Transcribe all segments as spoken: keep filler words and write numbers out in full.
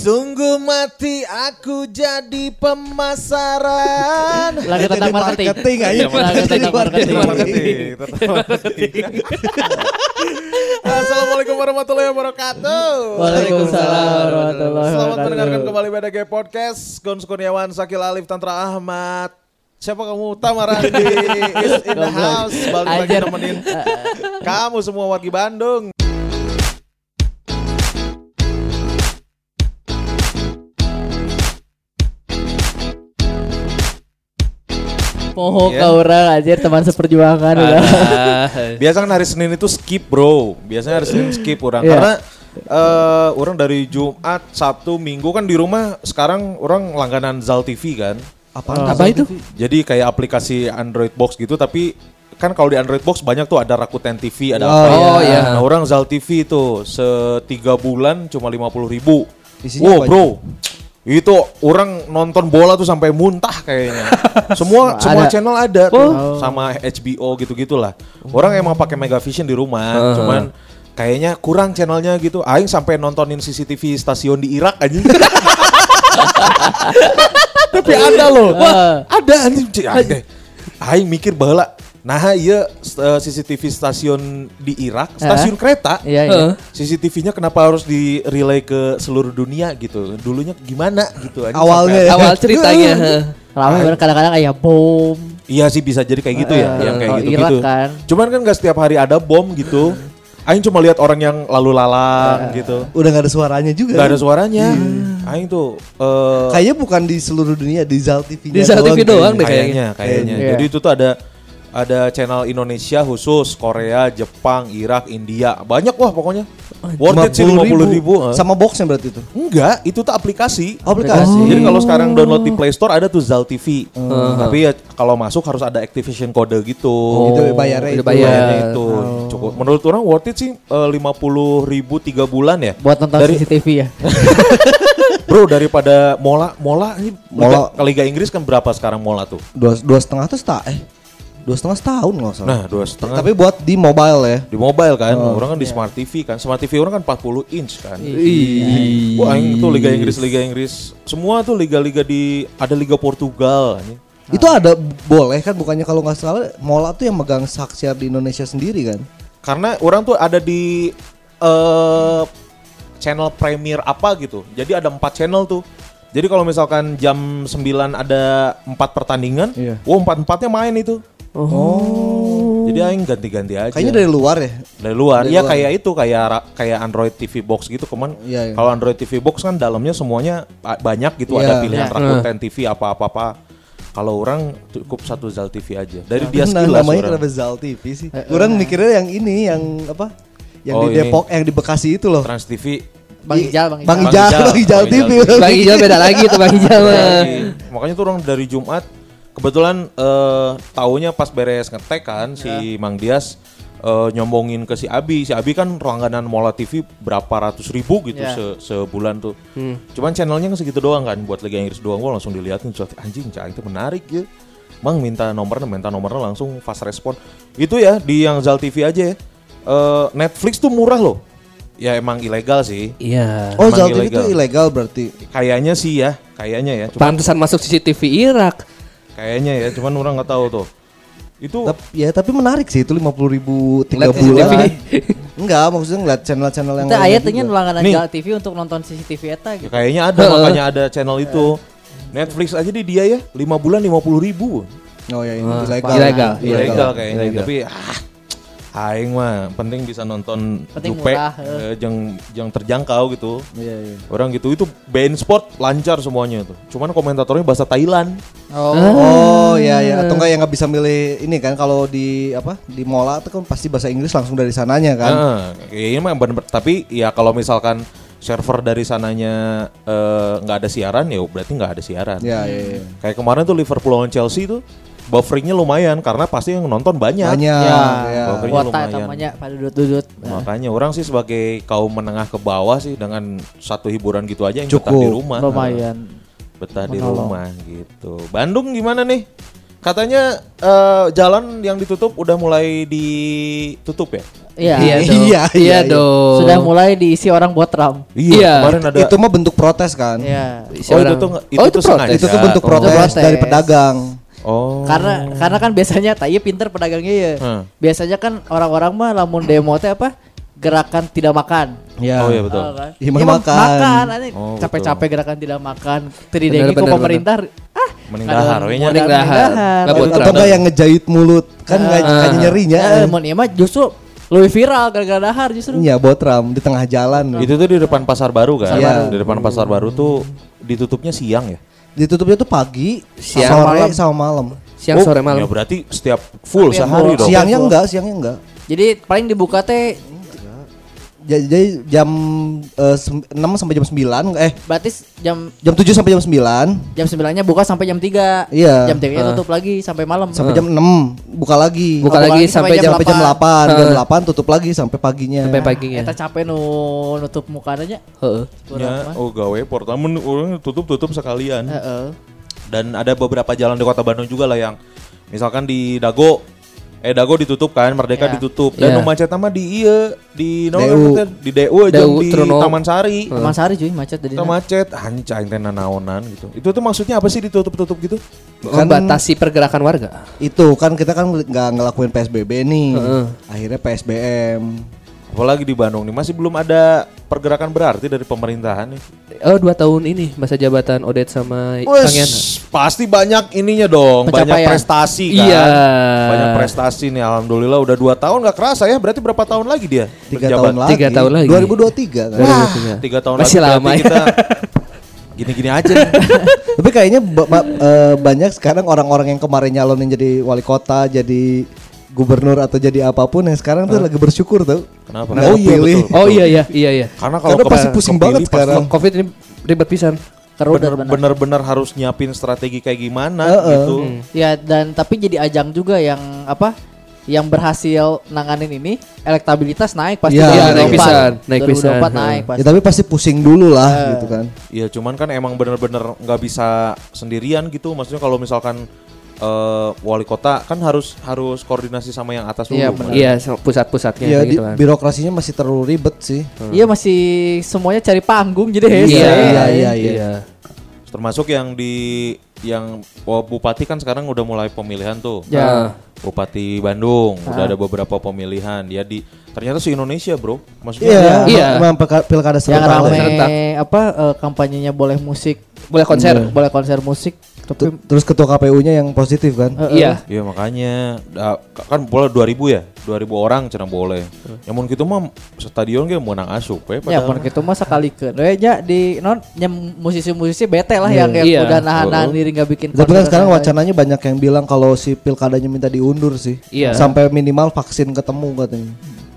Sungguh mati aku jadi pemasaran. Lagu tentang marketing. Marketing aja. Lagu tentang marketing. Assalamualaikum warahmatullahi wabarakatuh. Waalaikumsalam warahmatullahi Selamat wabarakatuh. mendengarkan kembali B D G Podcast. Gun Kurniawan, Sakil Alif, Tantra Ahmad. Siapa kamu? Tamarandi is in the house. Balik lagi Anjir. nemenin kamu semua wargi Bandung. Poho Iya. ka urang anjir teman seperjuangan udah. Biasa kan hari Senin itu skip bro. Biasanya hari Senin skip orang Iya. karena eh, orang dari Jumat, Sabtu, Minggu kan di rumah. Sekarang orang langganan Zal T V kan. Apaan? Apa itu? Jadi kayak aplikasi Android Box gitu, tapi kan kalau di Android Box banyak tuh ada Rakuten T V, ada Oh, apa iya. ya. Nah orang Zal T V itu setiga bulan cuma lima puluh ribu. Isinya Wow apa bro, itu orang nonton bola tuh sampai muntah kayaknya. Semua semua Ada. channel ada tuh, Oh. sama H B O gitu-gitulah. Orang emang pakai Megavision di rumah, cuman kayaknya kurang channelnya gitu. Aing sampai nontonin C C T V stasiun di Irak aja. Tapi ada loh, wah ada anjing. Cik, Aing, Aing mikir baheula. Nah iya uh, C C T V stasiun di Irak, stasiun kereta. Iya iya. C C T V-nya kenapa harus di relay ke seluruh dunia gitu? Dulunya gimana gitu? anjing, Awalnya sampai- ya. Awal ceritanya. Ramai bener kadang-kadang kayak bom. Iya sih bisa jadi kayak gitu ya, Eh, yang kayak kalau gitu-gitu. Irak kan. Cuman kan gak setiap hari ada bom gitu. Aing cuma lihat orang yang lalu lalang gitu. Udah gak ada suaranya juga. Gak ada suaranya. Aing tuh eh, Kayaknya bukan di seluruh dunia, di Zal T V-nya Di Zal T V doang deh. kayaknya, kayaknya. Iya. Jadi itu tuh ada ada channel Indonesia khusus, Korea, Jepang, Irak, India. Banyak wah pokoknya. Worth it sih lima puluh ribu. Sama boxnya berarti itu. Enggak, itu tuh aplikasi. Aplikasi. Jadi kalau sekarang download di Play Store ada tuh Zal T V. Tapi ya kalau masuk harus ada activation code gitu. Gitu bayarnya udah itu. bayar. Bayarnya itu cukup. Menurut orang worth it sih eh, lima puluh ribu tiga bulan ya. Buat nonton Dari- C C T V ya. Bro daripada Mola, Mola ini Mola. Liga, Liga Inggris kan berapa sekarang Mola tuh? Dua, dua setengah tuh setah eh. Dua setengah setahun nggak salah. Nah dua setengah. Tapi buat di mobile ya. Di mobile kan, orang kan di Smart T V kan. Smart T V orang kan empat puluh inch kan. Ih. Wah, yang tuh Liga Inggris, Liga Inggris, semua tuh liga-liga di ada Liga Portugal. Ini. Itu ada boleh kan, bukannya kalau nggak salah Mola tuh yang megang hak siar di Indonesia sendiri kan? Karena orang tuh ada di eh channel Premier apa gitu. Jadi ada empat channel tuh. Jadi kalau misalkan jam sembilan ada empat pertandingan, Iya. wow empat-empatnya main itu. Oh. Jadi aing ganti-ganti aja. Kayaknya dari luar ya. Dari luar. Dari Iya luar. kayak itu kayak ra- kayak Android T V Box gitu. Cuman Iya, iya. kalau Android T V Box kan dalamnya semuanya ba- banyak gitu. Iya. Ada pilihan Iya. Rakuten T V apa-apa-apa. Kalau orang cukup satu Zal T V aja. Dari dia Nah, sekilas namanya orang. kenapa Zal T V sih? Kurang mikirnya yang ini, yang apa? Yang Oh, di ini. Depok, yang di Bekasi itu loh. Trans T V. Bang Ijal, Bang Ijal. Bang Bang Ijal, Ijal, Bang Ijal Bang T V. Ijal. Bang Ijal beda lagi tuh Bang Ijal mah. Lagi. Makanya tuh orang dari Jumat kebetulan eh taunya pas beres ngetek kan si Mang Dias eh, nyombongin ke si Abi. Si Abi kan langganan Mola T V berapa ratus ribu gitu Ya. se sebulan tuh. Cuman channelnya kan segitu doang kan buat Liga Inggris doang. Gua langsung diliatin cuat anjing cah itu menarik ya. Mang minta nomornya, minta nomornya langsung fast respon. Itu ya di yang Zal T V aja ya. Eh, Netflix tuh murah loh. Ya emang ilegal sih. Iya. Oh, Emang Zal T V ilegal. itu ilegal berarti. Kayaknya sih ya, kayaknya ya. Cuman Pantesan masuk C C T V Irak. kayaknya ya, cuman orang nggak tahu tuh. Itu Tapi, ya tapi menarik sih itu lima puluh ribu tiga Ngeliat C C T V. bulan. Enggak, maksudnya ngeliat channel-channel yang Itu lainnya ayatnya juga. langganan Nih. Zal T V untuk nonton C C T V eta ya gitu. kayaknya ada, makanya ada channel itu. Netflix aja di dia ya, lima bulan lima puluh ribu. Oh ya ini Ah, ilegal. ilegal. Ilegal kayaknya, Ilegal. tapi ah, aing mah penting bisa nonton Penting Jupe, murah, eh, yang yang terjangkau gitu. Iya, iya. Orang gitu itu bein sport lancar semuanya tuh. Cuman komentatornya bahasa Thailand. Oh. Oh ya ya, atau enggak yang nggak bisa milih ini kan kalau di apa di Mola itu kan pasti bahasa Inggris langsung dari sananya kan. Nah, kayaknya mah bener, tapi ya kalau misalkan server dari sananya eh, nggak ada siaran ya berarti nggak ada siaran. Ya ya. ya. Kayak kemarin tuh Liverpool lawan Chelsea tuh bufferingnya lumayan karena pasti yang nonton banyak. Banyak. Ya, Ya. Buffering- kuota lumayan. namanya pada dudut-dudut. Nah, makanya orang sih sebagai kaum menengah ke bawah sih dengan satu hiburan gitu aja yang Cukup. betah di rumah. Lumayan. Betah di Menolong. rumah gitu. Bandung gimana nih? Katanya eh, jalan yang ditutup udah mulai ditutup ya? Iya. Iya dong. Iya, Iya iya. dong. Sudah mulai diisi orang buat ram. Iya, Iya. kemarin ada Itu mah bentuk protes kan. Iya. Isi Oh, itu orang. tuh nggak- itu oh, tuh itu protes. sengaja. Itu tuh bentuk Oh. protes, Protes. dari pedagang. Oh. Karena karena kan biasanya tak iya pinter pedagangnya ya. Hmm. Biasanya kan orang-orang mah lamun demo teh apa? Gerakan tidak makan. Ya. Oh iya betul. Oh, kan? Iya, Ya, makan. makan aneh. Oh, Capek-capek gerakan tidak makan. Teri Bener, dengki ku bener, pemerintah. Ah, Mending dahar we nya. modal Mending dahar. dahar. Nggak buat Atau Atau enggak yang ngejahit mulut kan nggak Ah. kayaknya nyerinya. Ya, mun ieu mah justru lebih viral gara-gara dahar justru. Iya, botram di tengah jalan. Itu tuh di depan Pasar Baru kan? Iya. Di depan Pasar Baru tuh ditutupnya siang ya? Ditutupnya tuh pagi, Siang, sore malam. sama malam. Siang sore malam. Ya berarti setiap full Tapi yang sehari full. dong. Siangnya enggak, siangnya enggak. Jadi paling dibuka teh Ja- Jadi jam eh, sem- enam sampai jam sembilan eh berarti jam jam tujuh sampai jam sembilan. jam sembilan-nya buka sampai jam tiga. Iya. Jam tiga Ah. tutup lagi sampai malam. Sampai jam enam buka lagi. Buka Oh, lagi buka sampai lagi jam sampai jam delapan, jam Ah. delapan tutup lagi sampai paginya. sampai paginya. Eta capek nu nutup mukanya nya. Heeh. Ya, oh gawe portal men orang tutup-tutup sekalian. Heeh. Dan ada beberapa jalan di Kota Bandung juga lah yang misalkan di Dago eh Dago ditutup kan, Merdeka Ya. ditutup. Dan Ya. nu macet mah di ieu di D U. naon di D U aja D U, di Trono. Taman Sari. Taman Sari cuy macet jadi. Kita macet, hancang teh nanaonan gitu. Itu tuh maksudnya apa sih ditutup-tutup gitu? Kan- Membatasi pergerakan warga. Itu kan kita kan nggak ngelakuin P S B B nih. Heeh. Akhirnya P S B M. Apalagi di Bandung nih masih belum ada pergerakan berarti dari pemerintahan nih. Oh, dua tahun ini masa jabatan Odet sama Kang Yana. Wes, pasti banyak ininya dong, banyak Pencapaian. prestasi kan. Iya. Banyak prestasi nih, alhamdulillah udah dua tahun nggak kerasa ya. Berarti berapa tahun lagi dia? Tiga menjabat? tahun lagi. Tiga tahun lagi. dua ribu dua puluh tiga kan. Wah. Tiga tahun Masih lagi lama berarti ya. kita gini-gini aja. nih. Tapi kayaknya ba- ba- eh, banyak sekarang orang-orang yang kemarin nyalonin jadi wali kota, jadi gubernur atau jadi apapun yang sekarang tuh lagi bersyukur tuh. Kenapa? Nggak Oh iya, kepilih. betul. Oh iya iya iya iya. Karena kalau Karena pasti ke- pusing kepilih banget pasti sekarang. Covid ini ribet pisan. Keruh dan bener- benar. bener-bener harus nyiapin strategi kayak gimana Heeh. gitu. Ya dan tapi jadi ajang juga yang apa? Yang berhasil nanganin ini elektabilitas naik pasti. Iya, dua ribu naik dua puluh empat. pisan, naik dua ribu dua puluh empat pisan. naik Ya pasti. tapi pasti pusing dulu lah Eh. gitu kan. Iya, cuman kan emang bener-bener nggak bisa sendirian gitu. Maksudnya kalau misalkan eh, wali kota kan harus harus koordinasi sama yang atas dulu. Iya, kan. benar. Iya, sama pusat-pusatnya Iya, kayak di- gitu kan. birokrasinya masih terlalu ribet sih. Iya masih semuanya cari panggung jadi hese. Iya, iya, iya, iya. Termasuk yang di yang oh, bupati kan sekarang udah mulai pemilihan tuh. Ya. Bupati Bandung udah Ah. ada beberapa pemilihan. Dia di ternyata se Indonesia, Bro. Maksudnya Iya, Iya. iya. Memang pilka- pilkada Yang serentak. rame serentak. apa eh, kampanyenya boleh musik, Boleh konser. boleh konser musik, tapi Tu- Terus ketua K P U-nya yang positif kan. eh, Iya. Iya makanya da- kan boleh dua ribu ya, dua ribu orang cenah boleh. Yang mun kitu mah stadion ge menang asup we ya padahal. pun gitu mah sakalikeun. We nya di non nya musisi-musisi bete lah yang yang Iya. udah nahan-nahan Oh. diri enggak bikin Tapi kan konser sekarang dan lain-lain. wacananya banyak yang bilang kalau si pilkadanya minta diundur sih. Iya. Sampai minimal vaksin ketemu katanya.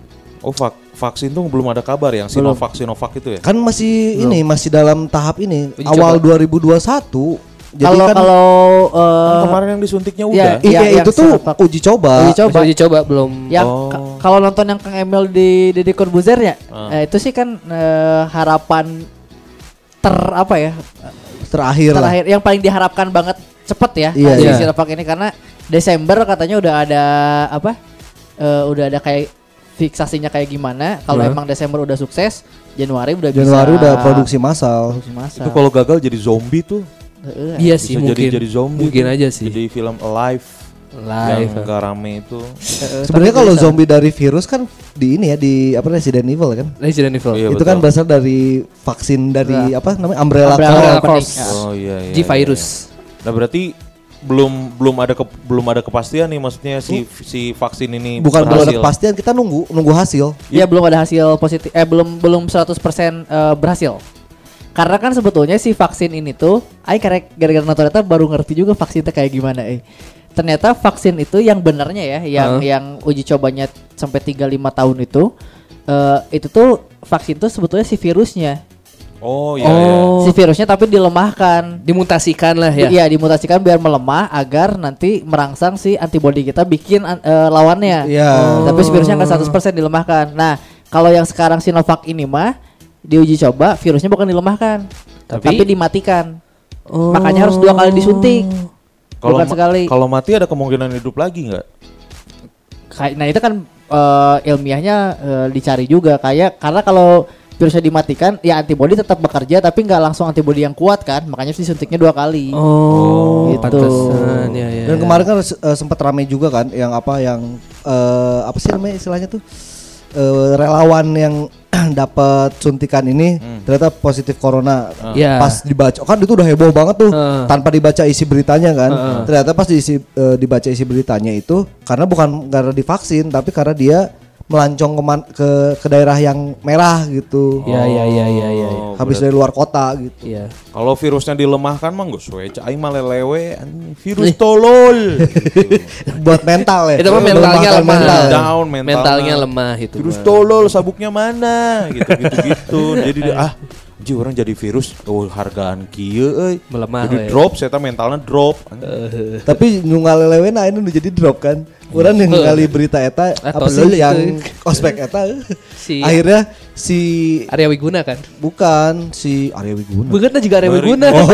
Oh vak vaksin tuh belum ada kabar yang Belum. Sinovac Sinovac itu ya. Kan masih ini masih dalam tahap ini Uji awal coba. dua ribu dua puluh satu. Jadi Kalau kan kalau Kan eh, kemarin yang disuntiknya iya, udah. iya yang itu tuh Sinovac. uji coba. Uji coba. Masih uji coba belum. yang Oh. ka- kalau nonton yang Kang Emil di Deddy Corbuzier ya, Ah. eh, itu sih kan eh, harapan ter apa ya? Terakhir lah. terakhir yang paling diharapkan banget cepet ya Iya, si iya. Sinovac ini karena Desember katanya udah ada apa eh, udah ada kayak fiksasinya kayak gimana kalau Hmm. emang Desember udah sukses Januari udah Januari bisa udah produksi massal. produksi massal. Itu kalau gagal jadi zombie tuh. Heeh. Iya Bisa sih jadi mungkin. jadi zombie. Mungkin tuh. aja sih. Jadi film Alive Live. yang gak rame itu. Heeh, Sebenarnya tapi kalau bisa. zombie dari virus kan di ini ya di apa Resident Evil kan. Resident Evil. Iya, itu kan betul. berasal dari vaksin dari apa namanya Umbrella, Umbrella Corps. Corps. Corps. Ya. Oh iya iya. G-Virus. iya. Nah berarti belum belum ada ke, belum ada kepastian nih maksudnya si si vaksin ini Bukan belum ada berhasil. kepastian, kita nunggu nunggu hasil. Iya belum ada hasil positif eh belum belum seratus persen eh, berhasil. Karena kan sebetulnya si vaksin ini tuh ai karek gara-gara nonton eta baru ngerti juga vaksin itu kayak gimana eh. Ternyata vaksin itu yang benernya ya yang Heeh. yang uji cobanya sampai tiga sampai lima tahun itu eh itu tuh vaksin tuh sebetulnya si virusnya. Oh iya iya. Oh. Si virusnya tapi dilemahkan. Dimutasikan lah ya. Iya dimutasikan biar melemah agar nanti merangsang si antibodi kita bikin an- eh, lawannya. Iya. Tapi si virusnya nggak seratus persen dilemahkan. Nah, kalau yang sekarang Sinovac ini mah diuji coba virusnya bukan dilemahkan, Tapi- tapi, dimatikan. Oh. Makanya harus dua kali disuntik. Kalau bukan ma- sekali. kalau mati ada kemungkinan hidup lagi nggak? Kayak- Nah itu kan uh, ilmiahnya uh, dicari juga kayak karena kalau virusnya dimatikan ya antibodi tetap bekerja tapi nggak langsung antibodi yang kuat kan, makanya disuntiknya dua kali. Oh, gitu. pantesan ya ya. Dan ya. kemarin kan uh, sempat ramai juga kan yang apa yang uh, apa sih namanya istilahnya tuh uh, relawan yang dapat suntikan ini hmm. ternyata positif corona. Uh. Ya. Pas dibaca kan itu udah heboh banget tuh uh. tanpa dibaca isi beritanya kan. Uh. Ternyata pas diisi, uh, dibaca isi beritanya itu karena bukan karena divaksin tapi karena dia melancong ke, man- ke ke daerah yang merah gitu. Iya iya iya iya iya. Oh, Habis berarti- dari luar kota gitu. Iya. Kalau virusnya dilemahkan mah geus we cai mah lelewe anjing. Virus tolol. Gitu. Buat mental ya. Itu mah mentalnya Melemahkan lemah. mental ya. Down mental. Mentalnya lemah itu. Virus mah. tolol sabuknya mana gitu gitu gitu. Jadi dia, ah Ji orang jadi virus oh hargaan kieu euy. Melemah Jadi we. drop saya mentalnya drop. Tapi nunggal lelewe nah ini udah jadi drop kan. Urang yang ngali berita eta Ah, apa sih tolol yang itu. ospek eta Si akhirnya si Arya Wiguna kan? bukan si Arya Wiguna. Bukan juga Arya Wiguna. Oh.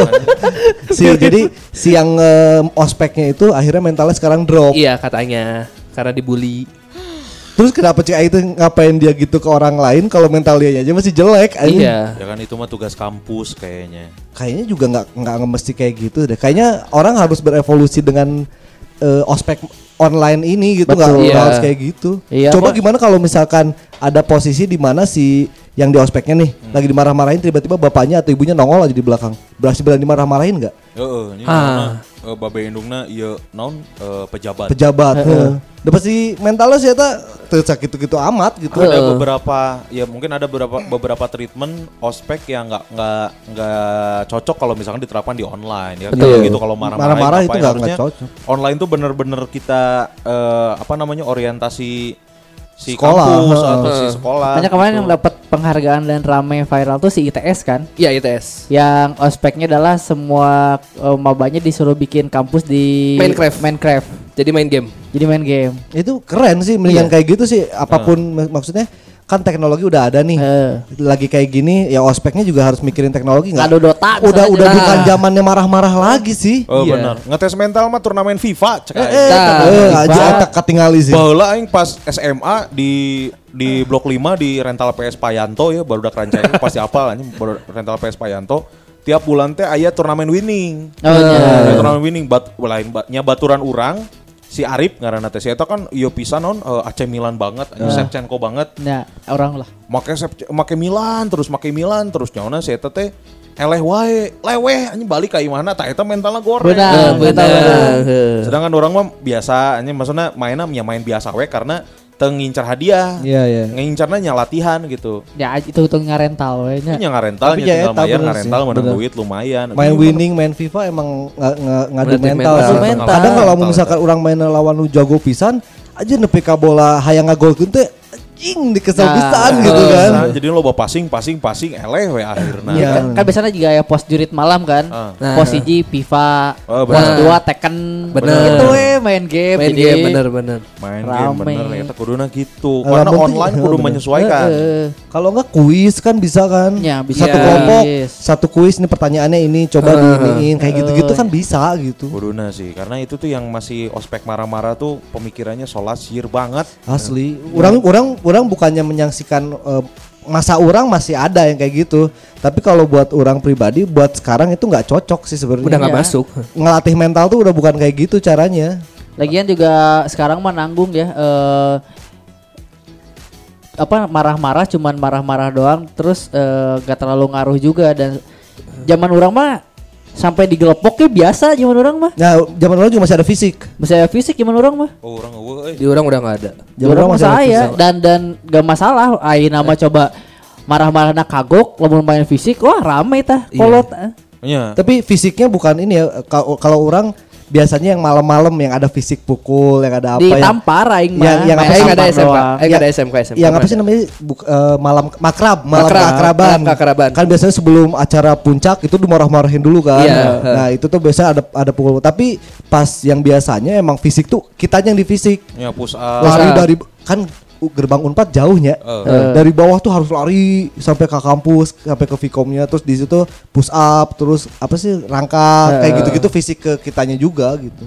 si jadi si yang em, ospeknya itu akhirnya mentalnya sekarang drop. Iya katanya karena dibully. Terus kenapa Cik Ai itu ngapain dia gitu ke orang lain kalau mental dia aja masih jelek? anjing. Iya. Ya kan itu mah tugas kampus kayaknya. Kayaknya juga nggak nggak mesti kayak gitu deh. Kayaknya orang harus berevolusi dengan eh, ospek online ini gitu, nggak Betul. nggak Iya. harus kayak gitu. Iya, Coba Pak. gimana kalau misalkan ada posisi di mana si yang di ospeknya nih Hmm. lagi dimarah-marahin tiba-tiba bapaknya atau ibunya nongol aja di belakang. Berarti berani dimarah-marahin nggak? Heeh, ini Ah. karena uh, babe indungna ieu naon uh, pejabat. Pejabat. heeh. Udah pasti mentalnya sih eta teu sakitu-kitu amat gitu. Ada Heeh. beberapa ya mungkin ada beberapa beberapa treatment ospek yang nggak nggak nggak cocok kalau misalkan diterapkan di online ya. Betul. Gitu kalau marah-marah Marah-marah itu ngapain, nggak- harusnya nggak cocok. Online tuh bener-bener kita eh, apa namanya orientasi si Sekolah, kampus heeh. atau si sekolah. Banyak kemarin gitu. yang dapat penghargaan dan rame viral tuh si I T S kan, Iya I T S. yang ospeknya adalah semua uh, mabanya disuruh bikin kampus di Minecraft. Minecraft. Jadi main game. Jadi main game. Itu keren sih mendingan Iya. kayak gitu sih apapun mak- maksudnya kan teknologi udah ada nih. Eh. Lagi kayak gini ya ospeknya juga harus mikirin teknologi nggak? Ngadu Dota Udah misalnya. udah Nah. bukan zamannya marah-marah lagi sih. Oh Iya. benar. Ngetes mental mah turnamen FIFA cek Eh, aja. eh, Nah, eh, aja Pak. eta katingali sih. Baheula aing pas S M A di di blok lima di rental P S Payanto ya baru udah kerancain pasti apal anjing baru rental P S Payanto. Tiap bulan teh aya turnamen winning. Oh, iya. Aya turnamen winning bat lain bat, nya baturan urang si Arif ngaranna teh si eta kan ieu pisan non uh, A C Milan banget, uh. Shevchenko banget. Nah, orang lah. Make Shevch- make Milan terus make Milan terus nyaona si eta teh eleh wae, leweh anjing balik ka imahna tah eta mentalna goreng. Benar, Benar. benar. Sedangkan orang mah biasa anjing maksudnya mainnya ya main biasa we karena teu ngincar hadiah. Iya, iya. Ngincarna nya latihan gitu. Ya itu hitung ngarental we nya. Nya ngarental Tapi nya ya tinggal eta bayar bener ngarental sih, menang bener. duit lumayan. Main Ini winning, main FIFA emang nga- nga- ngadu Berarti mental. mental. sih. Mental. Kadang kalau Mental. misalkan orang main lawan nu jago pisan, aja nepi ka bola hayang ngagolkeun teh anjing dikesel Nah, pisan eh, gitu kan. Nah, jadi lo bawa passing, passing, passing, eleh we akhirnya. Iya. Kan, kan biasanya juga ya pos jurit malam kan. Ah. Nah. Pos hiji FIFA, Oh, pos benar. dua Tekken. Benar. Gitu we main game. Main jadi game bener-bener. Main Rame. game bener ya kuduna gitu. Alah, Karena penting- online oh, kudu bener. menyesuaikan. Eh, eh. Kalau enggak kuis kan bisa kan. Ya, bisa. Satu Iya. kelompok, Kuis. satu kuis nih pertanyaannya ini coba Uh. diiniin kayak gitu-gitu kan bisa gitu. Kuduna sih, karena itu tuh yang masih ospek marah-marah tuh pemikirannya solasir banget. Asli. Orang orang orang bukannya menyaksikan eh, masa orang masih ada yang kayak gitu. Tapi kalau buat orang pribadi buat sekarang itu nggak cocok sih sebenarnya. Udah nggak Iya. masuk. Ngelatih mental tuh udah bukan kayak gitu caranya. Lagian juga sekarang mah nanggung ya. eh apa marah-marah cuman marah-marah doang terus eh, gak terlalu ngaruh juga dan zaman orang mah sampai digelepoknya biasa zaman orang mah. Nah, zaman orang juga masih ada fisik. Masih ada fisik zaman orang mah. Oh, orang eueuh euy. Di orang udah nggak ada. Zaman Orang orang masih ada saya fisik. dan dan gak masalah. Ayo nama coba marah-marah nak kagok, lamun main fisik, wah rame tah. Iya. Kolot. Nya. Tapi fisiknya bukan ini ya. Kalau kalau orang biasanya yang malam-malam yang ada fisik pukul, yang ada apa ya. Ditampar aing mah. Yang- yang Main apa sih? Aing ada tampar S M K. doang. Aing Ya- ada S M K S M K. Yang apa sih namanya Buk- eh, malam makrab, malam Makrab, keakraban. malam keakraban. Kan biasanya sebelum acara puncak itu dimarah-marahin dulu kan. Iya. Nah, itu tuh biasa ada ada pukul. Tapi pas yang biasanya emang fisik tuh kitanya yang di fisik. Ya push up. Lari up. dari kan u- gerbang Unpad jauhnya. Eh. Dari bawah tuh harus lari sampai ke kampus, sampai ke Vkomnya, terus di situ push up, terus apa sih rangka kayak gitu-gitu fisik ke kitanya juga gitu.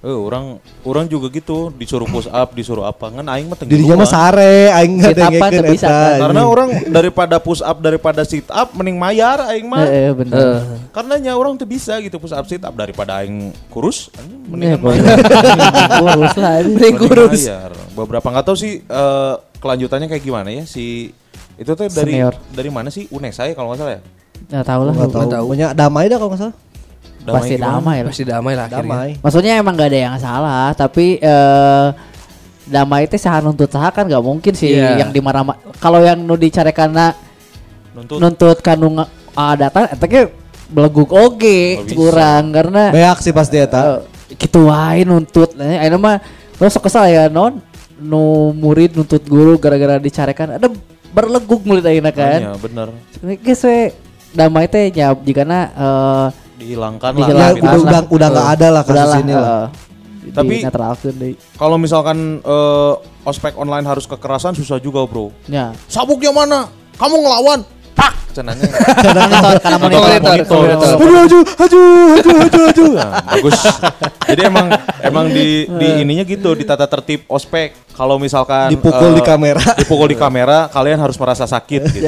Eh, orang orang juga gitu disuruh push up, disuruh apa kan aing mah teu Dirinya mah sare aing Sit up ngadengekeun teu bisa, eta. kan? Karena orang daripada push up daripada sit up mending mayar aing mah. Eh, eh, bener. Karena nya orang tuh bisa gitu push up sit up daripada aing kurus anjing mendingan Ya, mayar. kurus lah ini. Mending mayar. Beberapa enggak tahu sih eh, kelanjutannya kayak gimana ya si itu tuh dari Senior. dari mana sih Unesa ya kalau enggak salah ya? Nggak tahu lah. Enggak tahu. Punya damai dah kalau enggak salah. Pasti gimana? damai lah. Pasti damai lah akhirnya. Damai. Maksudnya emang gak ada yang salah, tapi eh damai itu saha nuntut saha kan gak mungkin sih Iya. yang dimarah. Kalau yang nu dicarekanna Nuntut. nuntut kanu adatan eta ge beleguk oge Nggak bisa. kurang karena Beak sih pasti eta. eh, kitu wae nuntut. Ayeuna mah terus sok kesal ya non nu murid nuntut guru gara-gara dicarekan ada berleguk murid ayeuna kan. Iya, bener. Ini geus we damai teh nya jigana eh Dihilangkan Ya, lah. Dihilangkan gitu. udah udah udah enggak ada lah udah kasus lah, ini lah. eh, Tapi- dinetralkeun deui. Kalau misalkan eh, ospek online harus kekerasan susah juga, Bro. Ya. Sabuknya mana? Kamu ngelawan. Pak cenanya. Monitor karena monitor. Monitor, monitor. Aduh, aju, aju, aju, aju, aju. Nah, bagus. Jadi emang emang di di ininya gitu di tata tertib ospek. Kalau misalkan Dipukul eh, di kamera. dipukul di kamera, kalian harus merasa sakit gitu.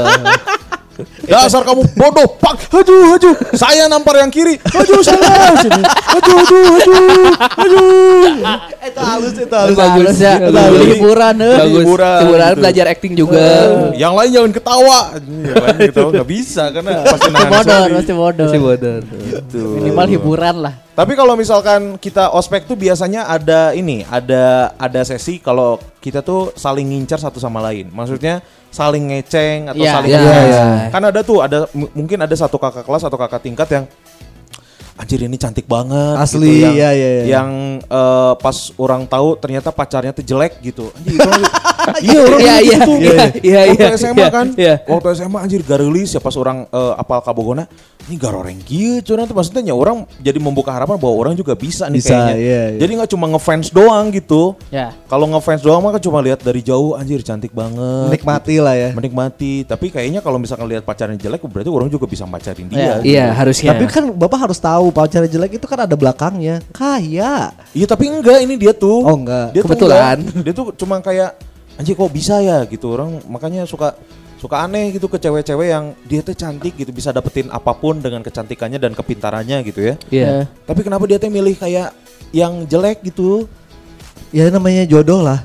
Dasar kamu bodoh, pak, aju, aju. Saya nampar yang kiri, aju salah sini, aju, aju, aju, aju. Eta halus eta halus. Bagus ya. Itu halus. Hiburan eh. Bagus. Hiburan, Hiburan gitu. belajar acting juga. Yang lain jangan ketawa, yang lain ketawa nggak bisa karena pasti nahan Bodoh, sorry. pasti bodoh. Masih bodoh. Gitu. Minimal hiburan lah. Tapi kalau misalkan kita ospek tuh biasanya ada ini, ada ada sesi kalau kita tuh saling ngincar satu sama lain. Maksudnya saling ngeceng atau Iya, saling iya, ngefans. iya. Kan ada tuh, ada m- mungkin ada satu kakak kelas atau kakak tingkat yang anjir ini cantik banget Asli, gitu, yang, iya, iya, iya. yang eh, pas orang tahu ternyata pacarnya tuh jelek gitu. Anjir itu iya orang Iya, gitu iya, tuh. iya, iya, Waktu iya, S M A iya, kan, iya. waktu S M A anjir garelis ya pas orang eh, apal kabogona ini garoreng kieu cenah tuh maksudnya nya orang jadi membuka harapan bahwa orang juga bisa nih Bisa, kayaknya. iya, iya. Jadi nggak cuma ngefans doang gitu. Ya. Kalau ngefans doang mah kan cuma lihat dari jauh anjir cantik banget. Menikmati lah ya. Menikmati. Tapi kayaknya kalau misalkan lihat pacarnya jelek berarti orang juga bisa pacarin dia. Iya. Iya, harusnya. Tapi kan Bapak harus tahu pacar jelek itu kan ada belakangnya. Kaya. Iya tapi enggak ini dia tuh. Oh, enggak. Dia tuh Kebetulan. enggak. Dia tuh cuma kayak anjir kok bisa ya gitu orang makanya suka suka aneh gitu ke cewek-cewek yang dia tuh cantik gitu bisa dapetin apapun dengan kecantikannya dan kepintarannya gitu ya. Iya. Tapi kenapa dia tuh milih kayak yang jelek gitu? Ya namanya jodoh lah.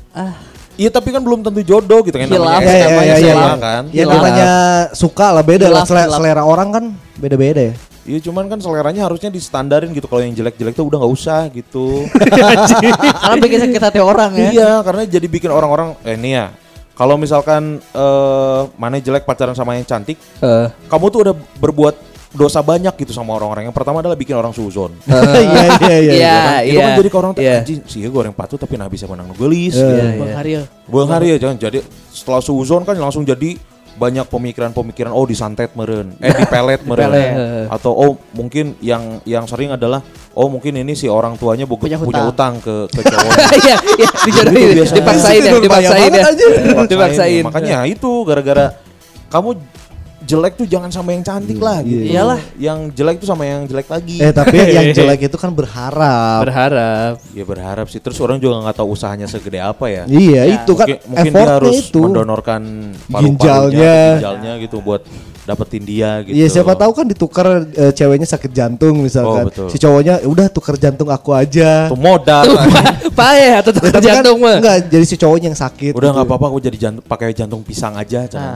Iya tapi kan belum tentu jodoh gitu kan Hilaf. namanya Ya, ya, namanya ya, ya, selera ya. kan. Ya Hilaf. namanya suka lah beda lah Hilaf, Sele- hilaf. selera orang kan beda-beda ya. Iya cuman kan seleranya harusnya distandarin gitu kalau yang jelek-jelek tuh udah nggak usah gitu. Karena bikin sakit hati orang ya. Iya karena jadi bikin orang-orang eh nih ya kalau misalkan eh mana jelek pacaran sama yang cantik, Eh, kamu tuh udah berbuat dosa banyak gitu sama orang-orang. Yang pertama adalah bikin orang suzon. Iya iya iya. Iya, kan? Itu iya. kan jadi ke orang tuh Iya. anjing sih goreng patut tapi nah bisa menang gelis. Iya, gitu. iya. Bang Haryo. Buang hari ya jangan jadi setelah suzon kan langsung jadi banyak pemikiran-pemikiran oh disantet meren, eh dipelet meren, Dipelet. atau oh mungkin yang yang sering adalah oh mungkin ini si orang tuanya buku, Punya punya, hutang. utang ke ke cowok. Iya, iya, dijodohin, Itu biasanya. dipaksain ya, Itu bahaya dipaksain banget, ya. anjir. Dipaksain. Makanya itu gara-gara kamu jelek tuh jangan sama yang cantik lah gitu. Iya. Iyalah. Yang jelek tuh sama yang jelek lagi. Eh tapi yang jelek itu kan berharap. Berharap. Ya berharap sih. Terus orang juga nggak tahu usahanya segede apa ya. Iya Ya, itu kan mungkin, mungkin dia effortnya harus itu. mendonorkan Ginjalnya. ginjalnya gitu buat dapetin dia gitu. Iya siapa tahu kan ditukar eh, ceweknya sakit jantung misalkan. Oh, betul. Si cowoknya "Ya udah tukar jantung aku aja. Tuh modal. Payah atau Ya, tapi jantung kan mah. enggak jadi si cowoknya yang sakit. Udah nggak gitu. apa-apa aku jadi jantung pakai jantung pisang aja. Nah. Cana.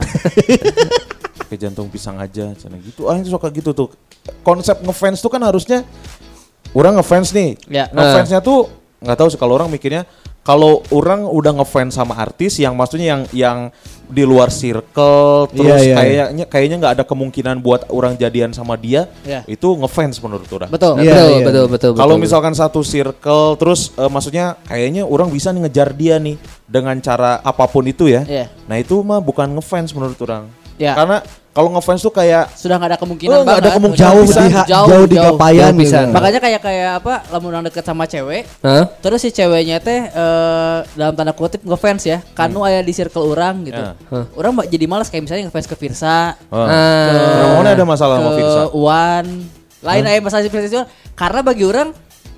Pakai jantung pisang aja. Cana gitu. Ah itu suka gitu tuh. Konsep ngefans tuh kan harusnya orang ngefans nih. Ya. Ngefansnya tuh nggak tahu sih kalau orang mikirnya kalau orang udah ngefans sama artis yang maksudnya yang yang di luar circle terus Iya, iya, kayaknya kayaknya nggak ada kemungkinan buat orang jadian sama dia Iya. itu ngefans menurut orang. Betul. Iya, betul, iya. betul, betul, Kalau betul. misalkan satu circle terus eh, maksudnya kayaknya orang bisa nih ngejar dia nih dengan cara apapun itu ya. Iya. Nah itu mah bukan ngefans menurut orang. Ya. Karena kalau ngefans tuh kayak Sudah nggak ada kemungkinan Oh, nggak ada banget. kemungkinan jauh bisa. di jauh, di gapayan Jauh pisan. gitu. Makanya kayak kayak apa? Lamun orang deket sama cewek, Hah? terus si ceweknya teh eh, dalam tanda kutip ngefans ya, kanu aya di circle orang gitu. Ya. Orang ma- jadi malas kayak misalnya ngefans ke Virsa, oh, Ah. Orang mana ada masalah sama ke Virsa. Uwan. Lain aya masalah si Virsa itu karena bagi orang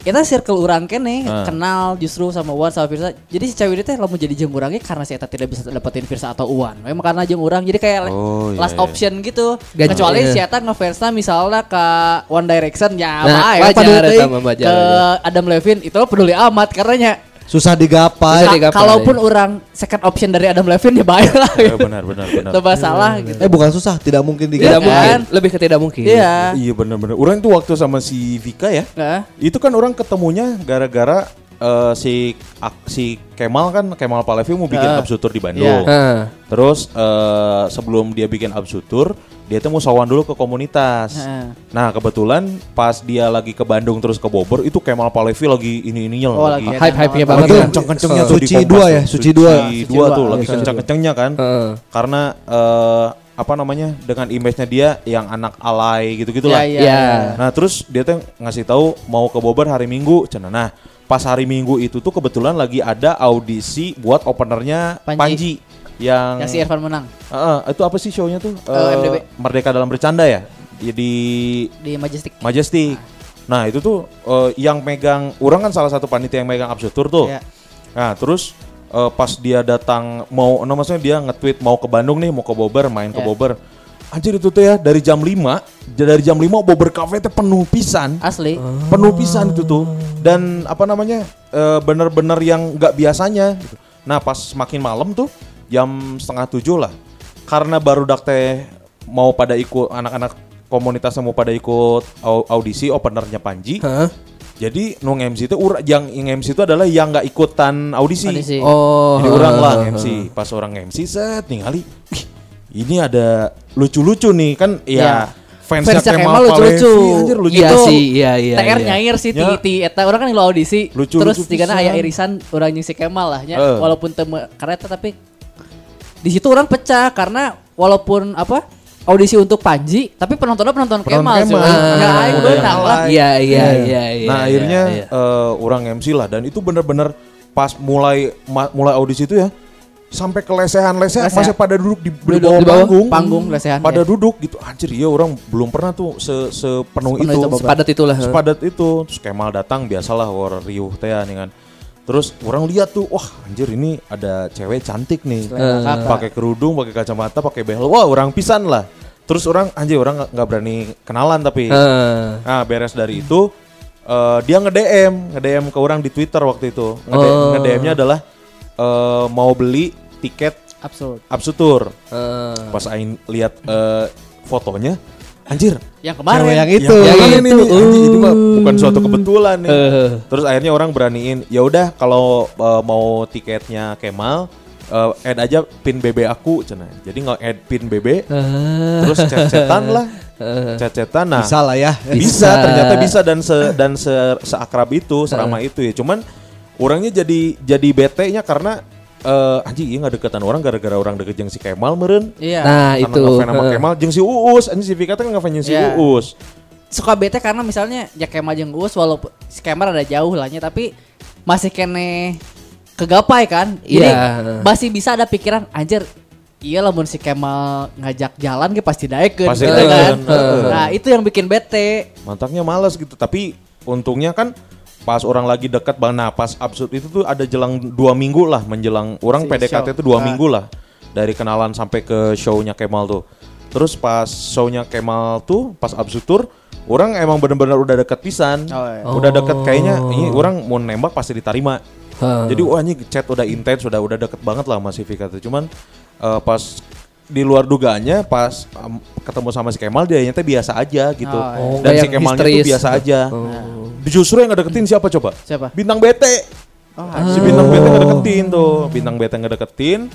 Kita circle urang kene Ah. kenal justru sama Uwan sama Firsa. Jadi si cewek itu teh lamun jadi jeung urangnya karena si eta tidak bisa dapetin Firsa atau Uwan. Memang karena jeung urang jadi kayak Oh, iya, last iya. option gitu. Gaji- Kecuali iya. si eta ngefansna misalnya ke One Direction ya Nah, bae wajar padahal eta teuing mah, wajar, ke wajar. Adam Levine itu peduli amat karenanya Susah digapai. Susah digapai. kalaupun orang second option dari Adam Levine ya bae lah Eh, gitu. benar benar benar. Coba salah gitu. Eh bukan susah, tidak mungkin Tidak Iya digapai. mungkin, kan? lebih ke tidak mungkin. Iya. Iya benar-benar. Orang tuh waktu sama si Vika ya, Nah, itu kan orang ketemunya gara-gara eh, si ak- si Kemal kan Kemal Palevi mau bikin Ah. Absutur di Bandung. Iya. Heeh. Terus eh, sebelum dia bikin Absutur, dia tuh mau sawan dulu ke komunitas. Heeh. Nah kebetulan pas dia lagi ke Bandung terus ke Bogor itu Kemal Palevi lagi ini ininya Oh, lagi. lagi Hype-hype-nya Oh, banget itu ya. kenceng-kencengnya Eh, tuh di Suci Kompas dua tuh. ya, Suci dua. Suci dua tuh Suci lagi dua. kenceng-kencengnya kan. Heeh. Karena eh, apa namanya dengan image-nya dia yang anak alay gitu-gitu lah. Iya, iya. Iya. Nah terus dia tuh ngasih tahu mau ke Bogor hari Minggu. Cenah. Nah pas hari Minggu itu tuh kebetulan lagi ada audisi buat openernya Panji. Panji, yang Yang si Irfan menang Heeh, itu apa sih show-nya tuh? Eh, Eh, M D B. Merdeka dalam Bercanda ya? Ya, di di Majestic. Majestic. Nah itu tuh eh, yang megang, orang kan salah satu panitia yang megang Absutur tuh. Iya. Nah terus eh, pas dia datang mau, no, maksudnya dia nge-tweet mau ke Bandung nih, mau ke Bogor, main ke Iya. Bogor. Anjir itu tuh ya dari jam lima, dari jam lima Bogor Cafe teh penuh pisan. Asli. Penuh pisan itu tuh. Dan apa namanya eh, bener-bener yang nggak biasanya gitu. Nah pas makin malam tuh jam setengah tujuh lah. Karena baru dak teh mau pada ikut, anak-anak komunitasnya mau pada ikut au- audisi openernya Panji. Heeh. Jadi nu M C itu ur- yang M C itu adalah yang nggak ikutan audisi. Audisi. Oh. Jadi orang lah heeh, M C. Pas orang M C set ningali, wih, ini ada lucu-lucu nih kan ya. Iya. Fansnya Fansnya Kemal Kemal lucu-lucu. Palevi, anjir lucu. Iya Itu sih, iya iya. T R iya. nyair sih Ya. ti ti eta orang kan lo audisi. Lucu, Terus lucu digana pisan. aya irisan urang jeung si Kemal lah nya. Eh. Walaupun teu me- kareta tapi di situ orang pecah karena walaupun apa audisi untuk Panji tapi penontonnya penonton Penonton Kemal Kemal. cuy. Ah, Ya aing udah beunang yang lah. alay. Iya iya Iya. iya iya. Nah iya, akhirnya iya. eh, orang M C lah dan itu bener-bener pas mulai ma- mulai audisi itu ya sampai ke lesehan-lesehan Lesehan. masih pada duduk di, di Duduk bawah di bawah panggung, panggung, lesehan, pada ya. duduk gitu. Anjir ya orang belum pernah tuh se sepenuh Sepenuh itu. itu, Bapak. Sepadat itulah. Sepadat itu. Terus Kemal datang biasalah war riuh teh ya, nih kan. Terus orang lihat tuh, wah anjir ini ada cewek cantik nih. Selera kakak. Pakai kerudung, pakai kacamata, pakai behel. Wah, orang pisan lah. Terus orang anjir orang nggak- nggak berani kenalan tapi. Heeh. Nah, beres dari itu eh, dia nge-D M, nge-D M ke orang di Twitter waktu itu. Oh. Nge-D M-nya adalah eh, mau beli tiket Absurd. Absutur. Heeh. Pas aing lihat eh, fotonya, anjir. Yang kemarin Cewek yang itu. Yang Yang ini itu. nih, anjir, ini mah bukan suatu kebetulan nih. Eh. Terus akhirnya orang beraniin, ya udah kalau eh, mau tiketnya Kemal, eh, add aja pin B B aku, cenah. Jadi nggak add pin B B, terus chat-chatan lah, chat-chatan. Nah, Bisa lah ya. bisa, Bisa. ternyata bisa dan se dan se seakrab itu, seramah itu ya. Cuman orangnya jadi jadi bete-nya karena eh anjing ieu ngadeketan orang gara-gara orang deket jeung si Kemal meureun. Iya. Nah, Karena itu. ngefans sama Heeh. Kemal jeung si Uus, anjing si Vika teh ngefans jeung si Iya. Uus. Suka bete karena misalnya ya Kemal jeung Uus walaupun si Kemal ada jauh lahnya tapi masih kene kegapai kan. Jadi Iya. masih bisa ada pikiran anjir iya lamun si Kemal ngajak jalan ge pasti daekeun Pasti gitu daekeun, kan. heeh. Nah, itu yang bikin bete. Mantaknya males gitu, tapi untungnya kan pas orang lagi dekat bang, nah pas absurd itu tuh ada jelang dua minggu lah menjelang orang Si P D K T show. itu dua Ah. minggu lah dari kenalan sampai ke show-nya Kemal tuh. Terus pas show-nya Kemal tuh pas absurd tour orang emang bener-bener udah deket pisan, Oh, iya. udah deket kayaknya ini orang mau nembak pasti diterima. Heeh. Jadi wah ini chat udah intens, udah udah deket banget lah sama si Vika tuh. Cuman eh, pas di luar dugaannya pas um, ketemu sama si Kemal dia teh biasa aja gitu. Oh, iya. Dan Oh, si kayak Kemalnya tuh histeris. biasa aja. Oh. Justru yang ngedeketin siapa coba? Siapa? Bintang B T. Oh, Si Bintang B T ngedeketin tuh. Bintang B T ngedeketin.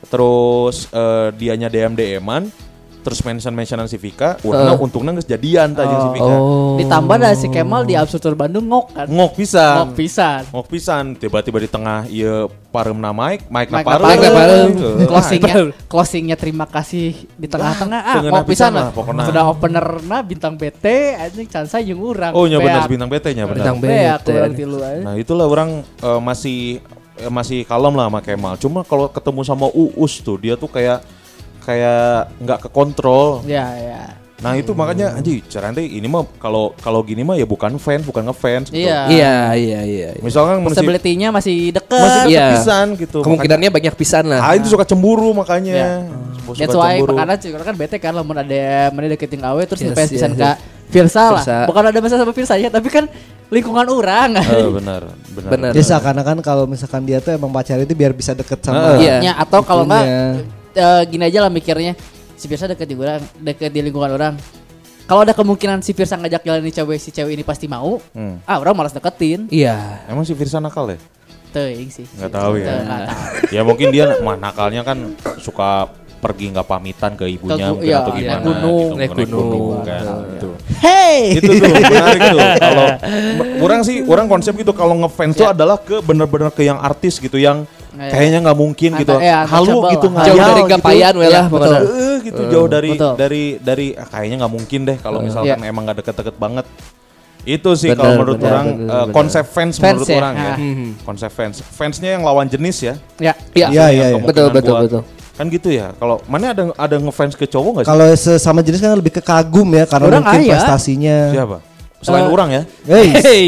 Terus eh, dianya D M D M-an. Terus mention-mentionan si Vika. Udah untungnya nggak jadian tadi si Vika. Oh. ditambah dah si Kemal di Absurd Tour Bandung ngok kan. Ngok pisan. Ngok pisan. Ngok pisan. Tiba-tiba di tengah iya pareumna Mike. Mike na Mike na pareum. Mike na pareum. Heeh. Closingnya, closingnya terima kasih di tengah-tengah ah Dengan ngok pisan pisan lah. lah, pokoknya. Sudah opener na bintang B T anjing can saya jeung urang. Oh iya benar Beak. Bintang B T-nya benar. Bintang B T. Beak urang tilu aja. Nah itulah orang eh, masih eh, masih kalem lah sama Kemal. Cuma kalau ketemu sama Uus tuh dia tuh kayak kayak nggak kekontrol. Ya ya. Nah itu makanya anjing cara nanti ini mah kalau kalau gini mah ya bukan fans, bukan ngefans gitu. Iya. Iya, iya, iya. iya. Misalkan masih Possibility-nya masih deket. masih deket Iya. pisan gitu. Kemungkinannya banyak pisan lah. Ah itu suka cemburu makanya. Ya. Suka That's why cemburu. karena juga kan bete kan lamun ada mana deketin awe terus Yes, ngefans yes, pisan yes. ka Firsa lah. Firsa. Bukan ada masalah sama Firsa ya, tapi kan lingkungan orang. Eh, benar, benar. Benar. Jadi seakan-akan kalau misalkan dia tuh emang pacar itu biar bisa deket sama Eh. Iya. Ya, atau kalau enggak Ibunya. eh, gini aja lah mikirnya. Si Firsa deket di orang, deket di lingkungan orang. Kalau ada kemungkinan si Firsa ngajak jalan ini cewek, si cewek ini pasti mau. Hmm. Ah, orang malas deketin. Iya. Emang si Firsa nakal ya? Teuing sih. Nggak tahu ya. Teu, nggak tahu. Ya mungkin dia mah nakalnya kan suka pergi nggak pamitan ke ibunya Ke gu- mungkin iya, atau naik gimana gunung. gitu, Naik gunung. kan Betul, gitu. Hey. Itu tuh menarik tuh kalau orang sih orang konsep gitu kalau ngefans tuh Ya. adalah ke bener-bener ke yang artis gitu yang Ya. kayaknya nggak mungkin gitu Anta- ya, halu untouchable gitu lah. ngayal Jauh dari gitu. gapayan we lah Ya, pokoknya. betul. Eh, gitu jauh dari betul. dari dari ah, kayaknya nggak mungkin deh kalau misalkan Iya. emang nggak deket-deket banget. Itu sih Benar, kalau menurut benar, orang benar, eh, benar. konsep fans, Fans menurut ya, orang ya. ah. Mhm. Konsep fans. Fansnya yang lawan jenis ya. Ya. Iya, Iya, iya, Yang iya. Betul, kemungkinan betul, buat- betul. Kan gitu ya. Kalau mana ada ada ngefans ke cowok nggak sih? Kalau sesama jenis kan lebih ke kagum ya karena Orang mungkin aya. prestasinya. Siapa? Selain Eh, orang ya. Hey,